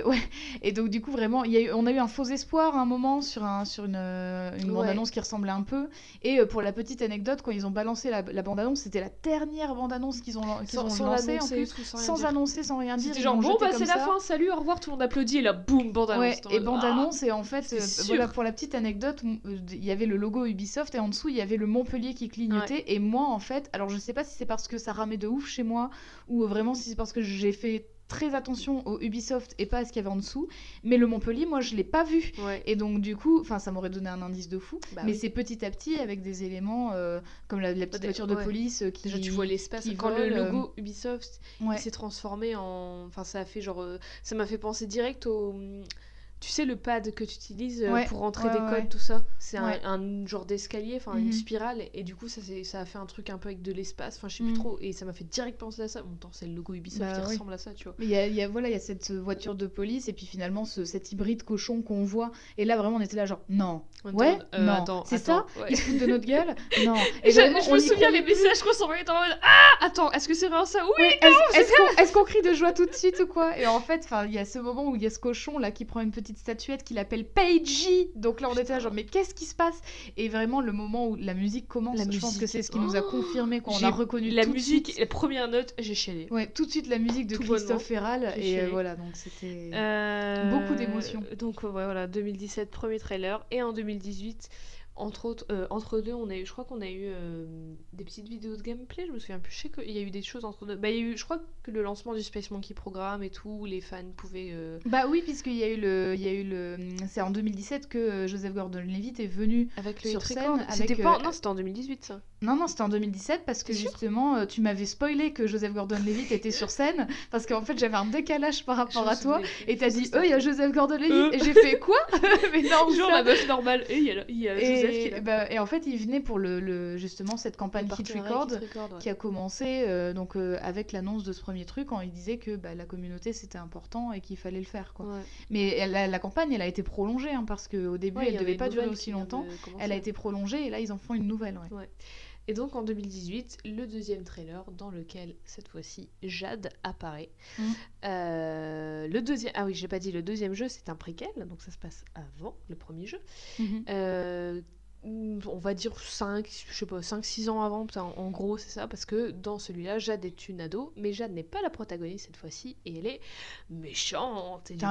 et donc du coup vraiment on a eu un faux espoir à un moment sur une bande-annonce qui ressemblait un peu. Et pour la petite anecdote, quand ils ont balancé la bande-annonce, c'était la dernière bande-annonce qu'ils ont lancée en plus, sans annoncer, sans rien dire.
C'était genre bon bah c'est la fin, salut, au revoir, tout le monde applaudit et là boum, bande-annonce.
Et bande-annonce, et en fait voilà, pour la petite anecdote, il y avait le logo Ubisoft et en dessous il y avait le Montpellier qui clignotait, et moi en fait, alors je sais pas si c'est parce que ça ramait de ouf chez moi ou vraiment si c'est parce que j'ai fait très attention au Ubisoft et pas à ce qu'il y avait en dessous, mais le Montpellier moi je l'ai pas vu, et donc du coup ça m'aurait donné un indice de fou, mais c'est petit à petit avec des éléments comme la petite voiture de police qui
déjà tu vois l'espace quand
vole,
le logo Ubisoft il s'est transformé en, enfin ça a fait genre ça m'a fait penser direct au, tu sais, le pad que tu utilises pour rentrer des codes, tout ça, c'est un genre d'escalier, enfin une spirale, et du coup ça a fait un truc un peu avec de l'espace, enfin je sais plus trop, et ça m'a fait direct penser à ça. Bon, c'est le logo Ubisoft qui ressemble à ça, tu vois.
Mais il y a cette voiture de police, et puis finalement cet hybride cochon qu'on voit, et là vraiment on était là genre non, c'est ça, ils se foutent de notre gueule, non.
Et je me souviens les messages qu'on s'envoyait en mode attends, est-ce que c'est vraiment ça? Oui,
est-ce qu'on crie de joie tout de suite ou quoi? Et en fait, il y a ce moment où il y a ce cochon là qui prend une petite statuette qu'il appelle Paige. Donc là on était là genre mais qu'est-ce qui se passe? Et vraiment le moment où la musique commence, je pense que c'est ce qui nous a confirmé quand on a reconnu
la musique, la première note, j'ai chialé.
Ouais, tout de suite la musique de Christophe Ferral, et voilà, donc c'était beaucoup d'émotions.
Donc voilà, 2017 premier trailer, et en 2018 entre deux, je crois qu'on a eu des petites vidéos de gameplay, je me souviens plus, je sais qu'il y a eu des choses entre deux. Bah, il y a eu, je crois que le lancement du Space Monkey Programme et tout, où les fans pouvaient...
Bah oui, puisqu'il y a eu c'est en 2017 que Joseph Gordon-Levitt est venu
avec
sur scène.
Non, c'était en 2018 ça.
Non, c'était en 2017 parce que justement, tu m'avais spoilé que Joseph Gordon-Levitt était sur scène, parce qu'en fait j'avais un décalage par rapport à toi, et t'as dit il y a Joseph Gordon-Levitt, et j'ai fait quoi? Mais non,
genre la meuf normale, et il y a Joseph qui est là.
Et en fait il venait pour justement cette campagne Hit Record qui a commencé donc avec l'annonce de ce premier truc, quand il disait que la communauté c'était important et qu'il fallait le faire, quoi. Mais la campagne elle a été prolongée, hein, parce qu'au début elle devait pas durer aussi longtemps, elle a été prolongée, et là ils en font une nouvelle.
Et donc en 2018, le deuxième trailer dans lequel cette fois-ci Jade apparaît. Le deuxième, ah oui, j'ai pas dit, le deuxième jeu c'est un préquel, donc ça se passe avant le premier jeu. On va dire 5-6 ans avant, en gros c'est ça, parce que dans celui-là Jade est une ado, mais Jade n'est pas la protagoniste cette fois-ci, et elle est méchante, et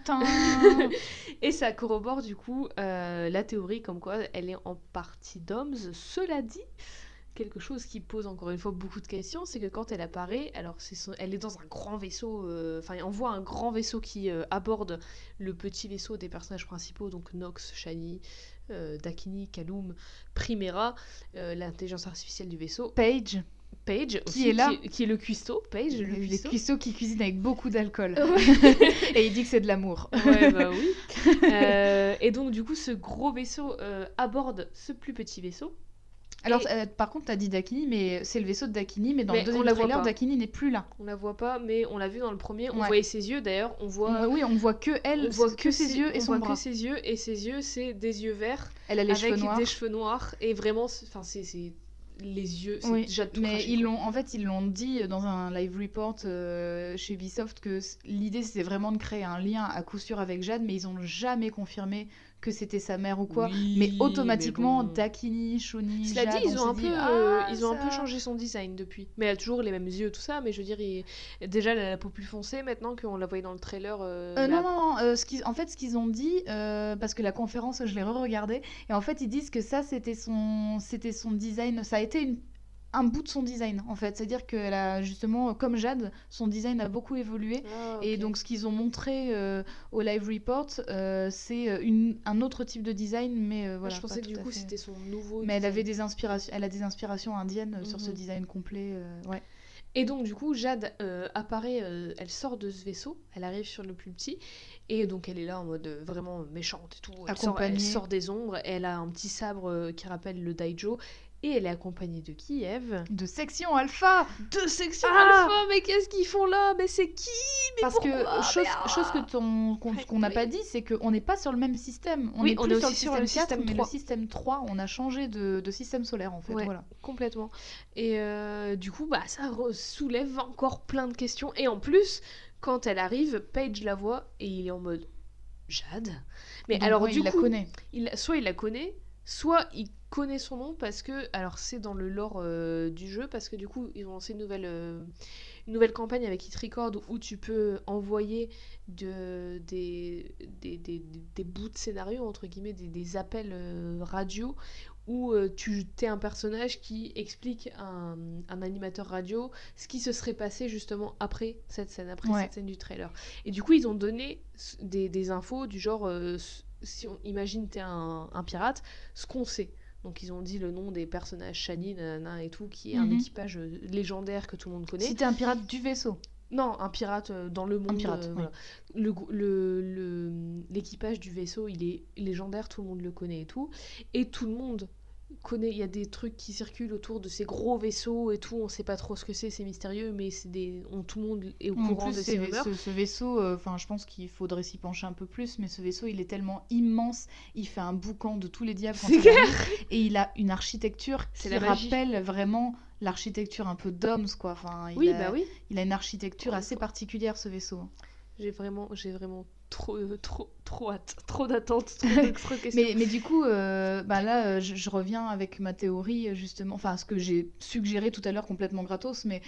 et ça corrobore du coup la théorie comme quoi elle est en partie d'hommes. Cela dit, quelque chose qui pose encore une fois beaucoup de questions, c'est que quand elle apparaît, alors elle est dans un grand vaisseau, on voit un grand vaisseau qui aborde le petit vaisseau des personnages principaux, donc Nox, Shani, Dakini, Kaloum, Primera, l'intelligence artificielle du vaisseau, Paige aussi,
qui est là,
qui est le cuistot, Paige,
le cuistot qui cuisine avec beaucoup d'alcool. Et il dit que c'est de l'amour.
Ouais, bah oui. Et donc du coup ce gros vaisseau aborde ce plus petit vaisseau.
Alors par contre t'as dit Dakini, mais c'est le vaisseau de Dakini, mais dans le deuxième trailer Dakini n'est plus là.
On la voit pas, mais on l'a vu dans le premier, on voyait ses yeux d'ailleurs, on voit
que elle, on voit que ses yeux et son bras.
Que ses yeux, et ses yeux c'est des yeux verts,
elle a les cheveux noirs.
Des cheveux noirs, et vraiment c'est les yeux, c'est déjà tout
mais
craché,
ils l'ont dit dans un live report chez Ubisoft que l'idée c'était vraiment de créer un lien à coup sûr avec Jade, mais ils ont jamais confirmé que c'était sa mère ou quoi,
Oui,
mais automatiquement,
mais bon.
Dakini, Shawnee,
Cela dit,
Jade,
ils
on
ont
s'est
un
dit,
peu, ils ont un peu
ça...
changé son design depuis. Mais elle a toujours les mêmes yeux, tout ça. Mais je veux dire, déjà, elle a la peau plus foncée maintenant qu'on la voyait dans le trailer.
Non, non, non, en fait, ce qu'ils ont dit, parce que la conférence, je l'ai re-regardée, et en fait, ils disent que ça, c'était son design, ça a été un bout de son design, en fait. C'est-à-dire qu'elle a, justement, comme Jade, son design a beaucoup évolué,
Ah,
et
ok.
donc ce qu'ils ont montré au Live Report, c'est un autre type de design, mais
Moi,
voilà,
je
pas
pensais que
tout
du
à
coup,
fait.
c'était son nouveau
Mais
design.
elle a des inspirations indiennes sur ce
Mhm.
design complet, ouais.
Et donc, du coup, Jade apparaît, elle sort de ce vaisseau, elle arrive sur le plus petit, et donc elle est là en mode vraiment méchante et tout. Elle
Accompagnée
sort des ombres, elle a un petit sabre qui rappelle le Daijo, et elle est accompagnée de qui, Eve?
de Section Alpha.
De Section
Ah
Alpha, mais qu'est-ce qu'ils font là? Mais c'est qui? Mais
Parce que
pourquoi?
chose qu'on n'a pas
Oui.
dit, c'est qu'on n'est pas sur le même système. On
Oui,
n'est
on
plus
est
sur le
aussi sur
système
le
4,
système
mais le
3.
système 3, on a changé de système solaire en fait.
Ouais,
Voilà.
complètement. Et du coup, bah, ça soulève encore plein de questions. Et en plus, quand elle arrive, Paige la voit et il est en mode Jade. Mais
Donc,
alors,
ouais,
du
il la
coup,
connaît.
soit il la connaît, soit il connaît son nom parce que, alors c'est dans le lore du jeu, parce que du coup, ils ont lancé une nouvelle campagne avec Hit Record où tu peux envoyer des bouts de scénario, entre guillemets, des appels radio où tu es un personnage qui explique à un animateur radio ce qui se serait passé justement après cette scène,
Ouais.
cette scène du trailer. Et du coup, ils ont donné des infos du genre, si on imagine t'es un pirate, ce qu'on sait. Donc ils ont dit le nom des personnages, Shani, nanana et tout, qui est un
Mhm.
équipage légendaire que tout le monde connaît.
Si t'es un pirate du vaisseau.
Non, un pirate dans le monde.
pirate, oui.
Voilà. L'équipage du vaisseau, il est légendaire, tout le monde le connaît et tout. Et tout le monde connaît, il y a des trucs qui circulent autour de ces gros vaisseaux et tout, on sait pas trop ce que c'est mystérieux, mais tout le monde est au
En
courant
plus,
de ces rumeurs.
ce vaisseau, je pense qu'il faudrait s'y pencher un peu plus, mais ce vaisseau, il est tellement immense, il fait un boucan de tous les diables quand
C'est
il arrive, et il a une architecture
C'est
qui
la magie.
rappelle vraiment l'architecture un peu d'Homs, quoi. Enfin,
Oui,
a,
bah oui.
il a une architecture assez particulière, ce vaisseau.
J'ai vraiment trop hâte, trop d'attentes, trop de questions.
Mais du coup, là, je reviens avec ma théorie, justement, enfin, ce que j'ai suggéré tout à l'heure complètement gratos, mais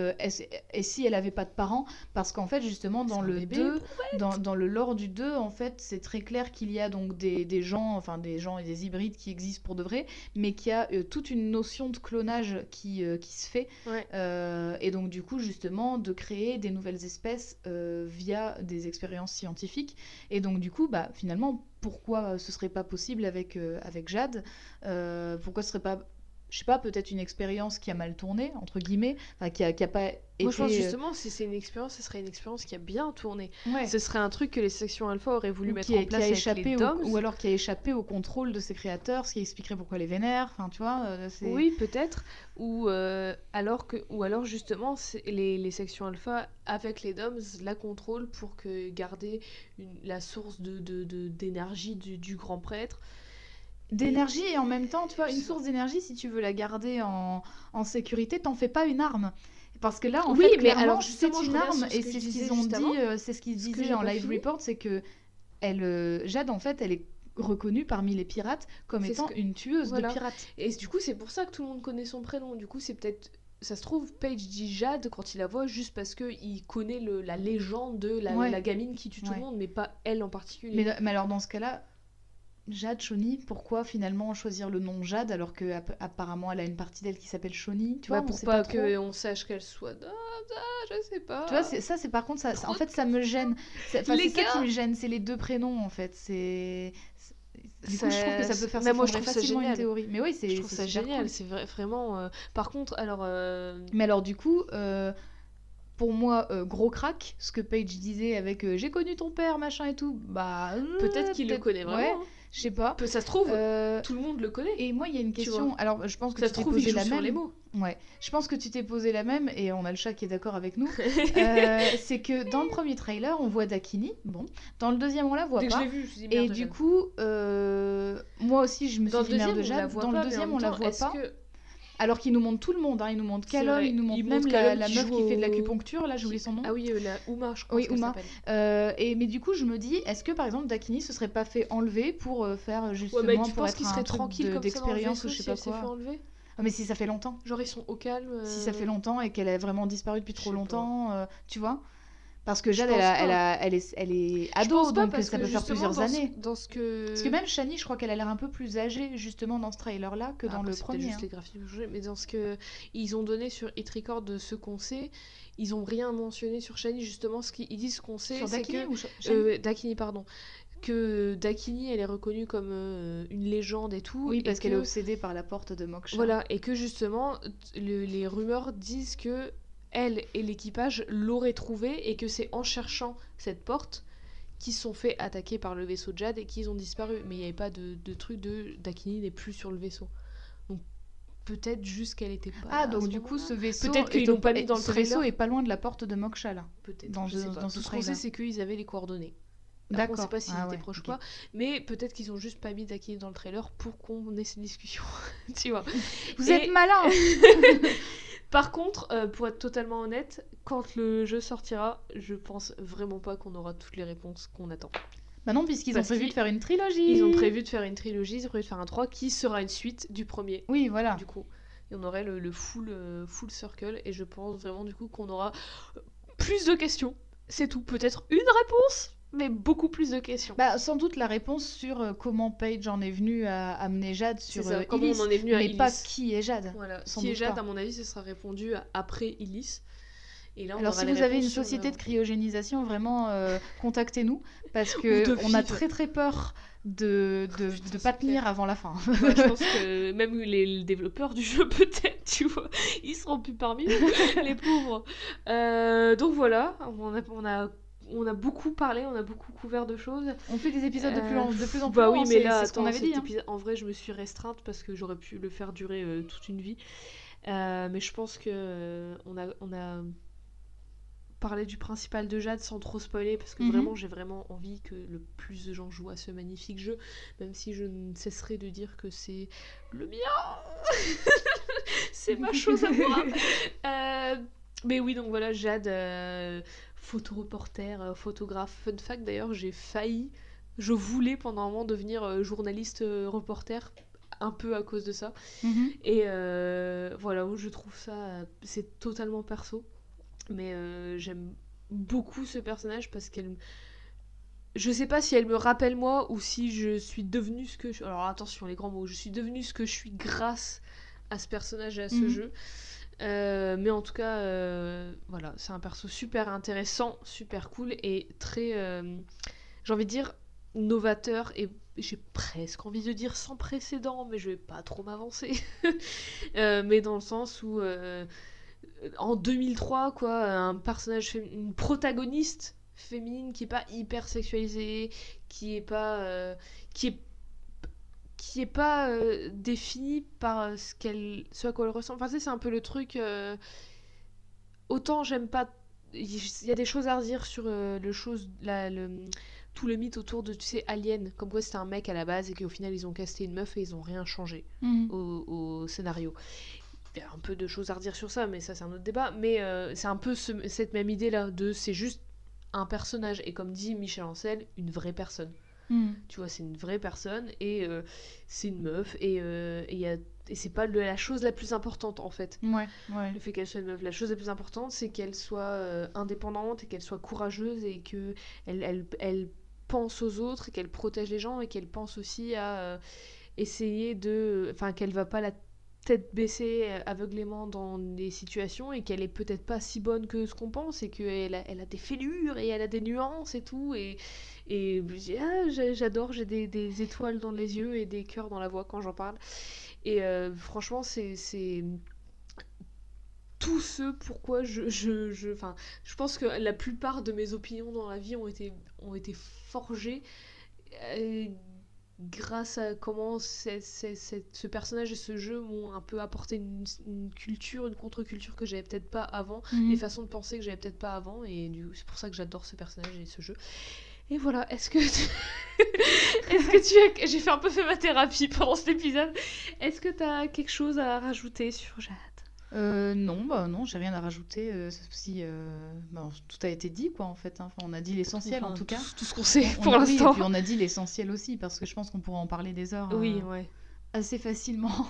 et si elle avait pas de parents? Parce qu'en fait, justement, dans le 2, dans le lore du 2, en fait, c'est très clair qu'il y a donc des gens, enfin, des gens et des hybrides qui existent pour de vrai, mais qu'il y a toute une notion de clonage qui se fait.
Ouais.
Et donc, du coup, justement, de créer des nouvelles espèces via des expériences scientifiques. Et donc, du coup, finalement, pourquoi ce serait pas possible avec Jade? Pourquoi ce serait pas, je sais pas, peut-être une expérience qui a mal tourné, entre guillemets, qui a pas été...
Moi, je pense justement, si c'est une expérience, ce serait une expérience qui a bien tourné.
Ouais.
Ce serait un truc que les sections alpha auraient voulu mettre en place
qui a
avec
échappé
les DOMs.
ou alors qui a échappé au contrôle de ses créateurs, ce qui expliquerait pourquoi les vénère, enfin, tu vois,
Oui, peut-être. Ou alors justement, les sections alpha, avec les DOMs, la contrôlent pour garder la source d'énergie du grand prêtre.
D'énergie et en même temps, tu vois, une source d'énergie, si tu veux la garder en sécurité, t'en fais pas une arme. Parce que là, en fait, clairement,
alors
c'est une arme, et c'est ce qu'ils ont dit, c'est ce qu'ils disaient en live report, c'est que Jade, en fait, elle est reconnue parmi les pirates comme étant une tueuse de pirates.
Et du coup, c'est pour ça que tout le monde connaît son prénom. Du coup, c'est peut-être... Ça se trouve, Paige dit Jade quand il la voit juste parce qu'il connaît la légende de la gamine qui tue tout le monde, mais pas elle en particulier.
Mais alors, dans ce cas-là, Jade, Shawnee, pourquoi finalement choisir le nom Jade alors que apparemment elle a une partie d'elle qui s'appelle Shawnee, tu vois,
pour pas qu'on sache qu'elle soit je sais pas.
Tu vois, ça c'est par contre ça en fait ça me gêne. C'est ça qui me gêne, c'est les deux prénoms en fait, du coup, je trouve que ça peut faire s'effondrer facilement une théorie. Mais oui,
je trouve ça génial, cool. C'est vraiment par contre alors
Mais alors du coup pour moi, gros crack, ce que Paige disait avec j'ai connu ton père, machin et tout,
peut-être qu'il le connaît vraiment.
Ouais, je sais pas.
Ça se trouve, tout le monde le connaît.
Et moi, il y a une question. Alors, je pense que
ça
tu t'es posé la même.
Sur les mots.
Ouais. Je pense que tu t'es posé la même, et on a le chat qui est d'accord avec nous. C'est que dans le premier trailer, on voit Dakini. Bon. Dans le deuxième, on la voit pas.
Que je l'ai vu, je dis
et du coup, moi aussi, je me suis dit merde de Jade. Dans le deuxième, on la voit pas. Alors qu'ils nous montrent tout le monde, hein. Ils nous montrent Callum, ils nous montrent même la meuf qui fait de l'acupuncture, là j'ai oublié son nom.
Ah oui, la Uma, je crois
qu'elle s'appelle. Mais du coup je me dis, est-ce que par exemple Dakini se serait pas fait enlever pour faire justement pour être un truc d'expérience ou je sais pas quoi. Mais si ça fait longtemps.
Genre ils sont au calme.
Si ça fait longtemps et qu'elle a vraiment disparu depuis trop longtemps, tu vois. Parce que Jade, elle est ado, donc ça peut faire plusieurs années. Parce que même Shani, je crois qu'elle a l'air un peu plus âgée, justement, dans ce trailer-là, que dans le premier.
C'est juste les graphiques, mais dans ce qu'ils ont donné sur Hit Record de ce qu'on sait, ils ont rien mentionné sur Shani, justement, ils disent ce qu'on sait, c'est que... Dakini, pardon. Que Dakini, elle est reconnue comme une légende et tout.
Oui, parce qu'elle est obsédée par la porte de Moksha.
Voilà, et que justement, les rumeurs disent que elle et l'équipage l'auraient trouvée et que c'est en cherchant cette porte qu'ils se sont fait attaquer par le vaisseau de Jade et qu'ils ont disparu. Mais il n'y avait pas de truc de Dakini n'est plus sur le vaisseau. Donc peut-être juste qu'elle était pas.
Ah, donc du coup, ce vaisseau.
Peut-être qu'ils l'ont pas mis dans le trailer.
Ce vaisseau est pas loin de la porte de Moksha là.
Peut-être. Dans ce qu'on sait, c'est qu'ils avaient les coordonnées.
D'accord.
On ne sait pas s'ils étaient proches ou pas, mais peut-être qu'ils ont juste pas mis Dakini dans le trailer pour qu'on ait ces discussions. Tu vois.
Vous êtes malin.
Par contre, pour être totalement honnête, quand le jeu sortira, je pense vraiment pas qu'on aura toutes les réponses qu'on attend.
Bah non, puisqu'ils ont prévu de faire une trilogie.
Ils ont prévu de faire une trilogie, ils ont prévu de faire un 3 qui sera une suite du premier.
Oui, voilà.
Du coup, et on aurait le full circle, et je pense vraiment du coup qu'on aura plus de questions. C'est tout, peut-être une réponse, mais beaucoup plus de questions.
Bah, sans doute la réponse sur comment Paige en est venue à amener Jade sur
comment
Illis,
on en est venu à
mais
Illis.
Pas qui est Jade.
Voilà, qui est Jade, à mon avis, ce sera répondu après Illis. Et là,
alors si vous avez une société de cryogénisation, vraiment contactez-nous, parce qu'on a très très peur de pas tenir avant la fin.
Ouais, je pense que même les développeurs du jeu, peut-être, tu vois, ils seront plus parmi nous, les pauvres. Donc voilà, on a beaucoup parlé, on a beaucoup couvert de choses.
On fait des épisodes de plus en plus longs.
Bah oui, mais là,
c'est ce qu'on avait dit.
En vrai, je me suis restreinte parce que j'aurais pu le faire durer toute une vie. Mais je pense que on a parlé du principal de Jade sans trop spoiler, parce que vraiment, j'ai vraiment envie que le plus de gens jouent à ce magnifique jeu, même si je ne cesserai de dire que c'est le mien. C'est ma chose à moi. Mais oui, donc voilà, Jade... photoreporter, photographe. Fun fact d'ailleurs, je voulais pendant un moment devenir journaliste reporter, un peu à cause de ça. Et voilà, je trouve ça, c'est totalement perso, mais j'aime beaucoup ce personnage parce qu'elle, je sais pas si elle me rappelle moi ou si je suis devenue ce que alors attention les grands mots, je suis devenue ce que je suis grâce à ce personnage et à ce jeu. Mais en tout cas, voilà, c'est un perso super intéressant, super cool et très, j'ai envie de dire, novateur et j'ai presque envie de dire sans précédent, mais je vais pas trop m'avancer. Mais dans le sens où, en 2003, quoi, un personnage, une protagoniste féminine qui est pas hyper sexualisée, qui est pas définie par ce à quoi elle ressemble. Enfin, c'est un peu le truc. Autant j'aime pas. Il y a des choses à redire sur tout le mythe autour de, tu sais, Alien, comme quoi c'était un mec à la base et qu'au final ils ont casté une meuf et ils ont rien changé au scénario. Il y a un peu de choses à redire sur ça, mais ça c'est un autre débat. Mais c'est un peu cette même idée là c'est juste un personnage et comme dit Michel Ancel, une vraie personne. Tu vois, c'est une vraie personne et c'est une meuf et c'est pas la chose la plus importante en fait.
Ouais.
Le fait qu'elle soit une meuf, la chose la plus importante c'est qu'elle soit indépendante et qu'elle soit courageuse et que elle pense aux autres et qu'elle protège les gens et qu'elle pense aussi à essayer enfin qu'elle va pas la tête baissée aveuglément dans des situations et qu'elle est peut-être pas si bonne que ce qu'on pense et qu'elle a des fêlures et elle a des nuances et tout et j'adore, j'ai des étoiles dans les yeux et des cœurs dans la voix quand j'en parle et franchement c'est tout ce pourquoi je pense que la plupart de mes opinions dans la vie ont été forgées grâce à comment ce personnage et ce jeu m'ont un peu apporté une culture, une contre-culture que j'avais peut-être pas avant, des façons de penser que j'avais peut-être pas avant, et c'est pour ça que j'adore ce personnage et ce jeu. Et voilà, est-ce que tu as... J'ai un peu fait ma thérapie pendant cet épisode. Est-ce que tu as quelque chose à rajouter sur Jade?
Non, j'ai rien à rajouter. Tout a été dit, quoi, en fait. Hein. Enfin, on a dit l'essentiel, en tout cas.
Tout ce qu'on sait
Oui,
pour l'instant.
Et puis on a dit l'essentiel aussi, parce que je pense qu'on pourrait en parler des heures
Oui, ouais.
assez facilement.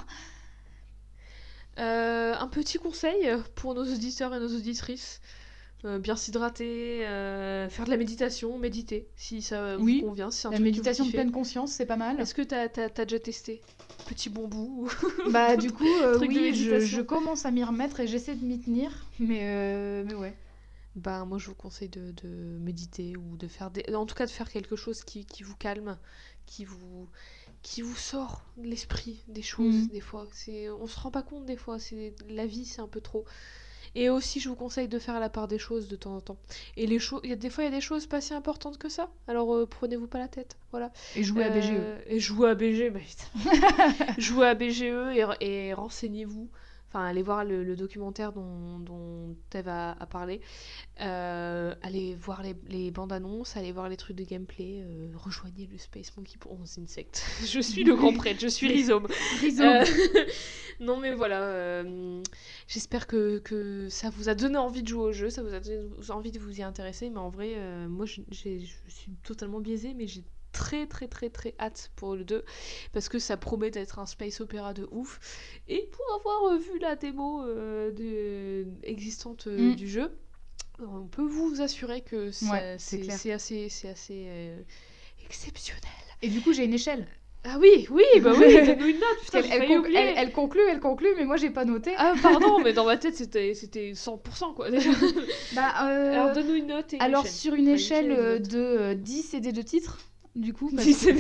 Un petit conseil pour nos auditeurs et nos auditrices. Bien s'hydrater, faire de la méditation, méditer, si ça vous convient. Si c'est un
la
truc
méditation
que
de pleine conscience, c'est pas mal.
Est-ce que t'as déjà testé? Petit bon bout.
Bah du coup, oui,
je
je commence à m'y remettre et j'essaie de m'y tenir, mais ouais.
Bah moi je vous conseille de méditer ou de faire en tout cas de faire quelque chose qui vous calme, qui vous sort de l'esprit des choses des fois. On se rend pas compte des fois, la vie c'est un peu trop. Et aussi, je vous conseille de faire la part des choses de temps en temps. Et des fois, il y a des choses pas si importantes que ça. Alors, prenez-vous pas la tête. Voilà.
Et jouez à BGE.
Et jouez à BGE, bah putain. Jouez à BGE et renseignez-vous. Enfin, allez voir le documentaire dont Eve a parlé. Allez voir les bandes annonces, allez voir les trucs de gameplay. Rejoignez le Space Monkey pour 11 insectes. Je suis le grand prêtre, je suis Rhizome. Non mais voilà, j'espère que ça vous a donné envie de jouer au jeu, ça vous a donné envie de vous y intéresser. Mais en vrai, moi je suis totalement biaisée, mais j'ai très très très très hâte pour le 2 parce que ça promet d'être un space opéra de ouf. Et pour avoir vu la démo existante du jeu, on peut vous assurer que c'est assez exceptionnel.
Et du coup j'ai une échelle.
Ah oui, donne-nous une note, putain,
elle conclut, mais moi j'ai pas noté.
Ah pardon, mais dans ma tête c'était 100% quoi déjà. Alors donne-nous une note et une
alors
échelle.
Sur une échelle de 10 CD de titres, du coup,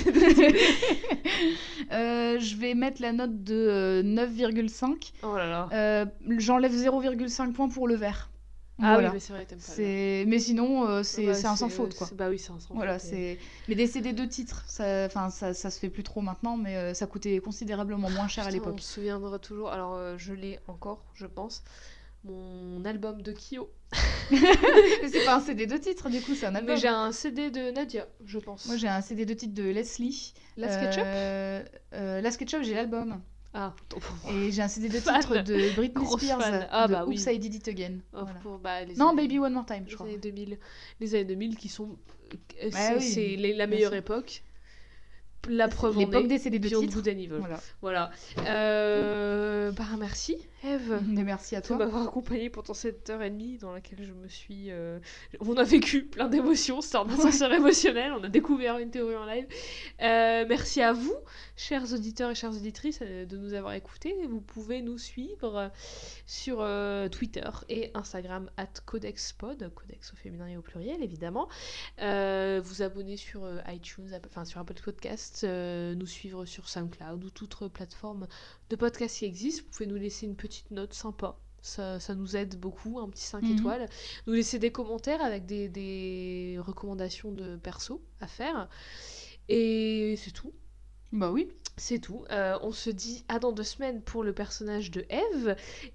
je vais mettre la note de 9,5.
Oh là là.
J'enlève 0,5 points pour le vert.
Ah
voilà.
oui, mais c'est vrai, t'aimes pas.
Mais sinon, c'est un sans faute, quoi.
Bah oui, c'est un sans
voilà,
faute.
Mais des CD de titres, ça se fait plus trop maintenant, mais ça coûtait considérablement moins cher à l'époque.
On se souviendra toujours. Alors, je l'ai encore, je pense. Mon album de Kyo.
Mais c'est pas un CD de titres, du coup, c'est un album.
Mais j'ai un CD de Nadia, je pense.
Moi, j'ai un CD de titres de Leslie.
La SketchUp
La SketchUp, j'ai l'album.
Ah,
et j'ai un CD de titres de Britney Spears,
oui.
Oops, I Did It Again.
Voilà.
Non, Baby One More Time, je crois.
Les années 2000 qui sont... c'est la meilleure époque. La preuve en est.
L'époque des CD de titres.
Voilà. Merci, Eve.
Merci à toi.
De m'avoir accompagnée pendant cette heure et demie dans laquelle je me suis... On a vécu plein d'émotions, c'était un ascenseur émotionnel, on a découvert une théorie en live. Merci à vous, chers auditeurs et chères auditrices, de nous avoir écoutés. Vous pouvez nous suivre sur Twitter et Instagram @codexpod, codex au féminin et au pluriel, évidemment. Vous abonner sur iTunes, sur Apple Podcasts, nous suivre sur SoundCloud ou toute autre plateforme de podcast qui existe. Vous pouvez nous laisser une petite note sympa, ça nous aide beaucoup, un petit 5 étoiles. Nous laisser des commentaires avec des recommandations de perso à faire. Et c'est tout.
Bah oui.
C'est tout. On se dit à dans 2 semaines pour le personnage de Eve.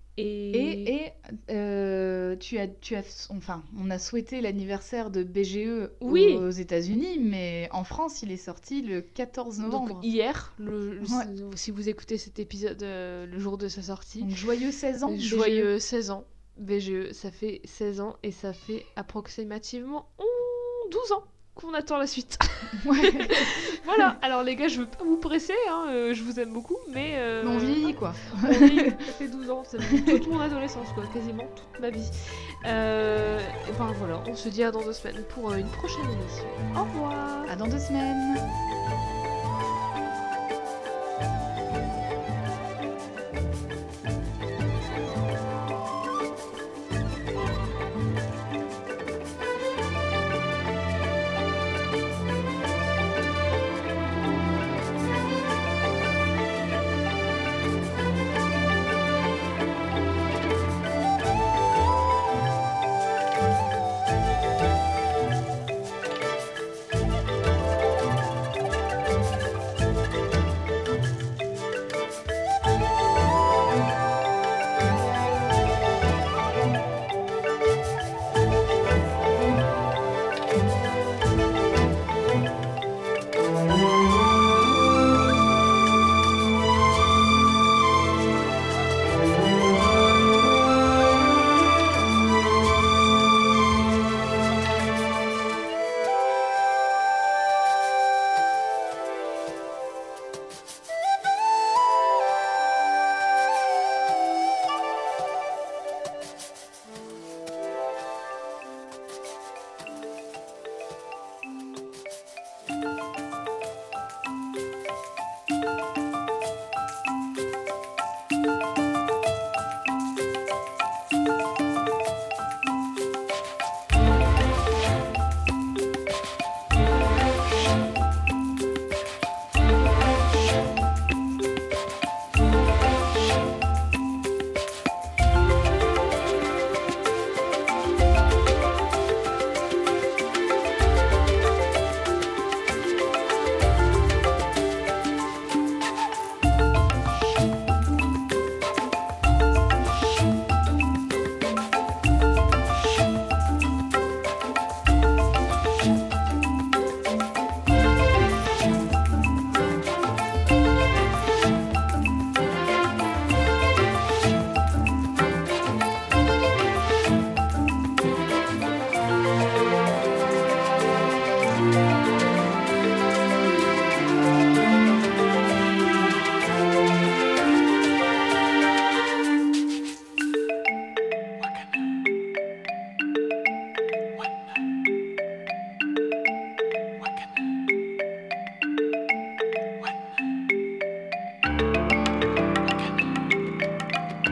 On a souhaité l'anniversaire de BGE aux États-Unis, mais en France, il est sorti le 14 novembre.
Donc hier, si vous écoutez cet épisode le jour de sa sortie.
Donc joyeux 16 ans.
Joyeux 16 ans. BGE, ça fait 16 ans et ça fait approximativement 12 ans qu'on attend la suite. Voilà, alors les gars, je veux pas vous presser, je vous aime beaucoup, mais
on vieillit quoi.
On vieillit, ça fait 12 ans, ça fait toute mon adolescence quoi, quasiment toute ma vie. Et voilà, on se dit à dans 2 semaines pour une prochaine émission. Au revoir.
À dans 2 semaines.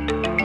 Ciao.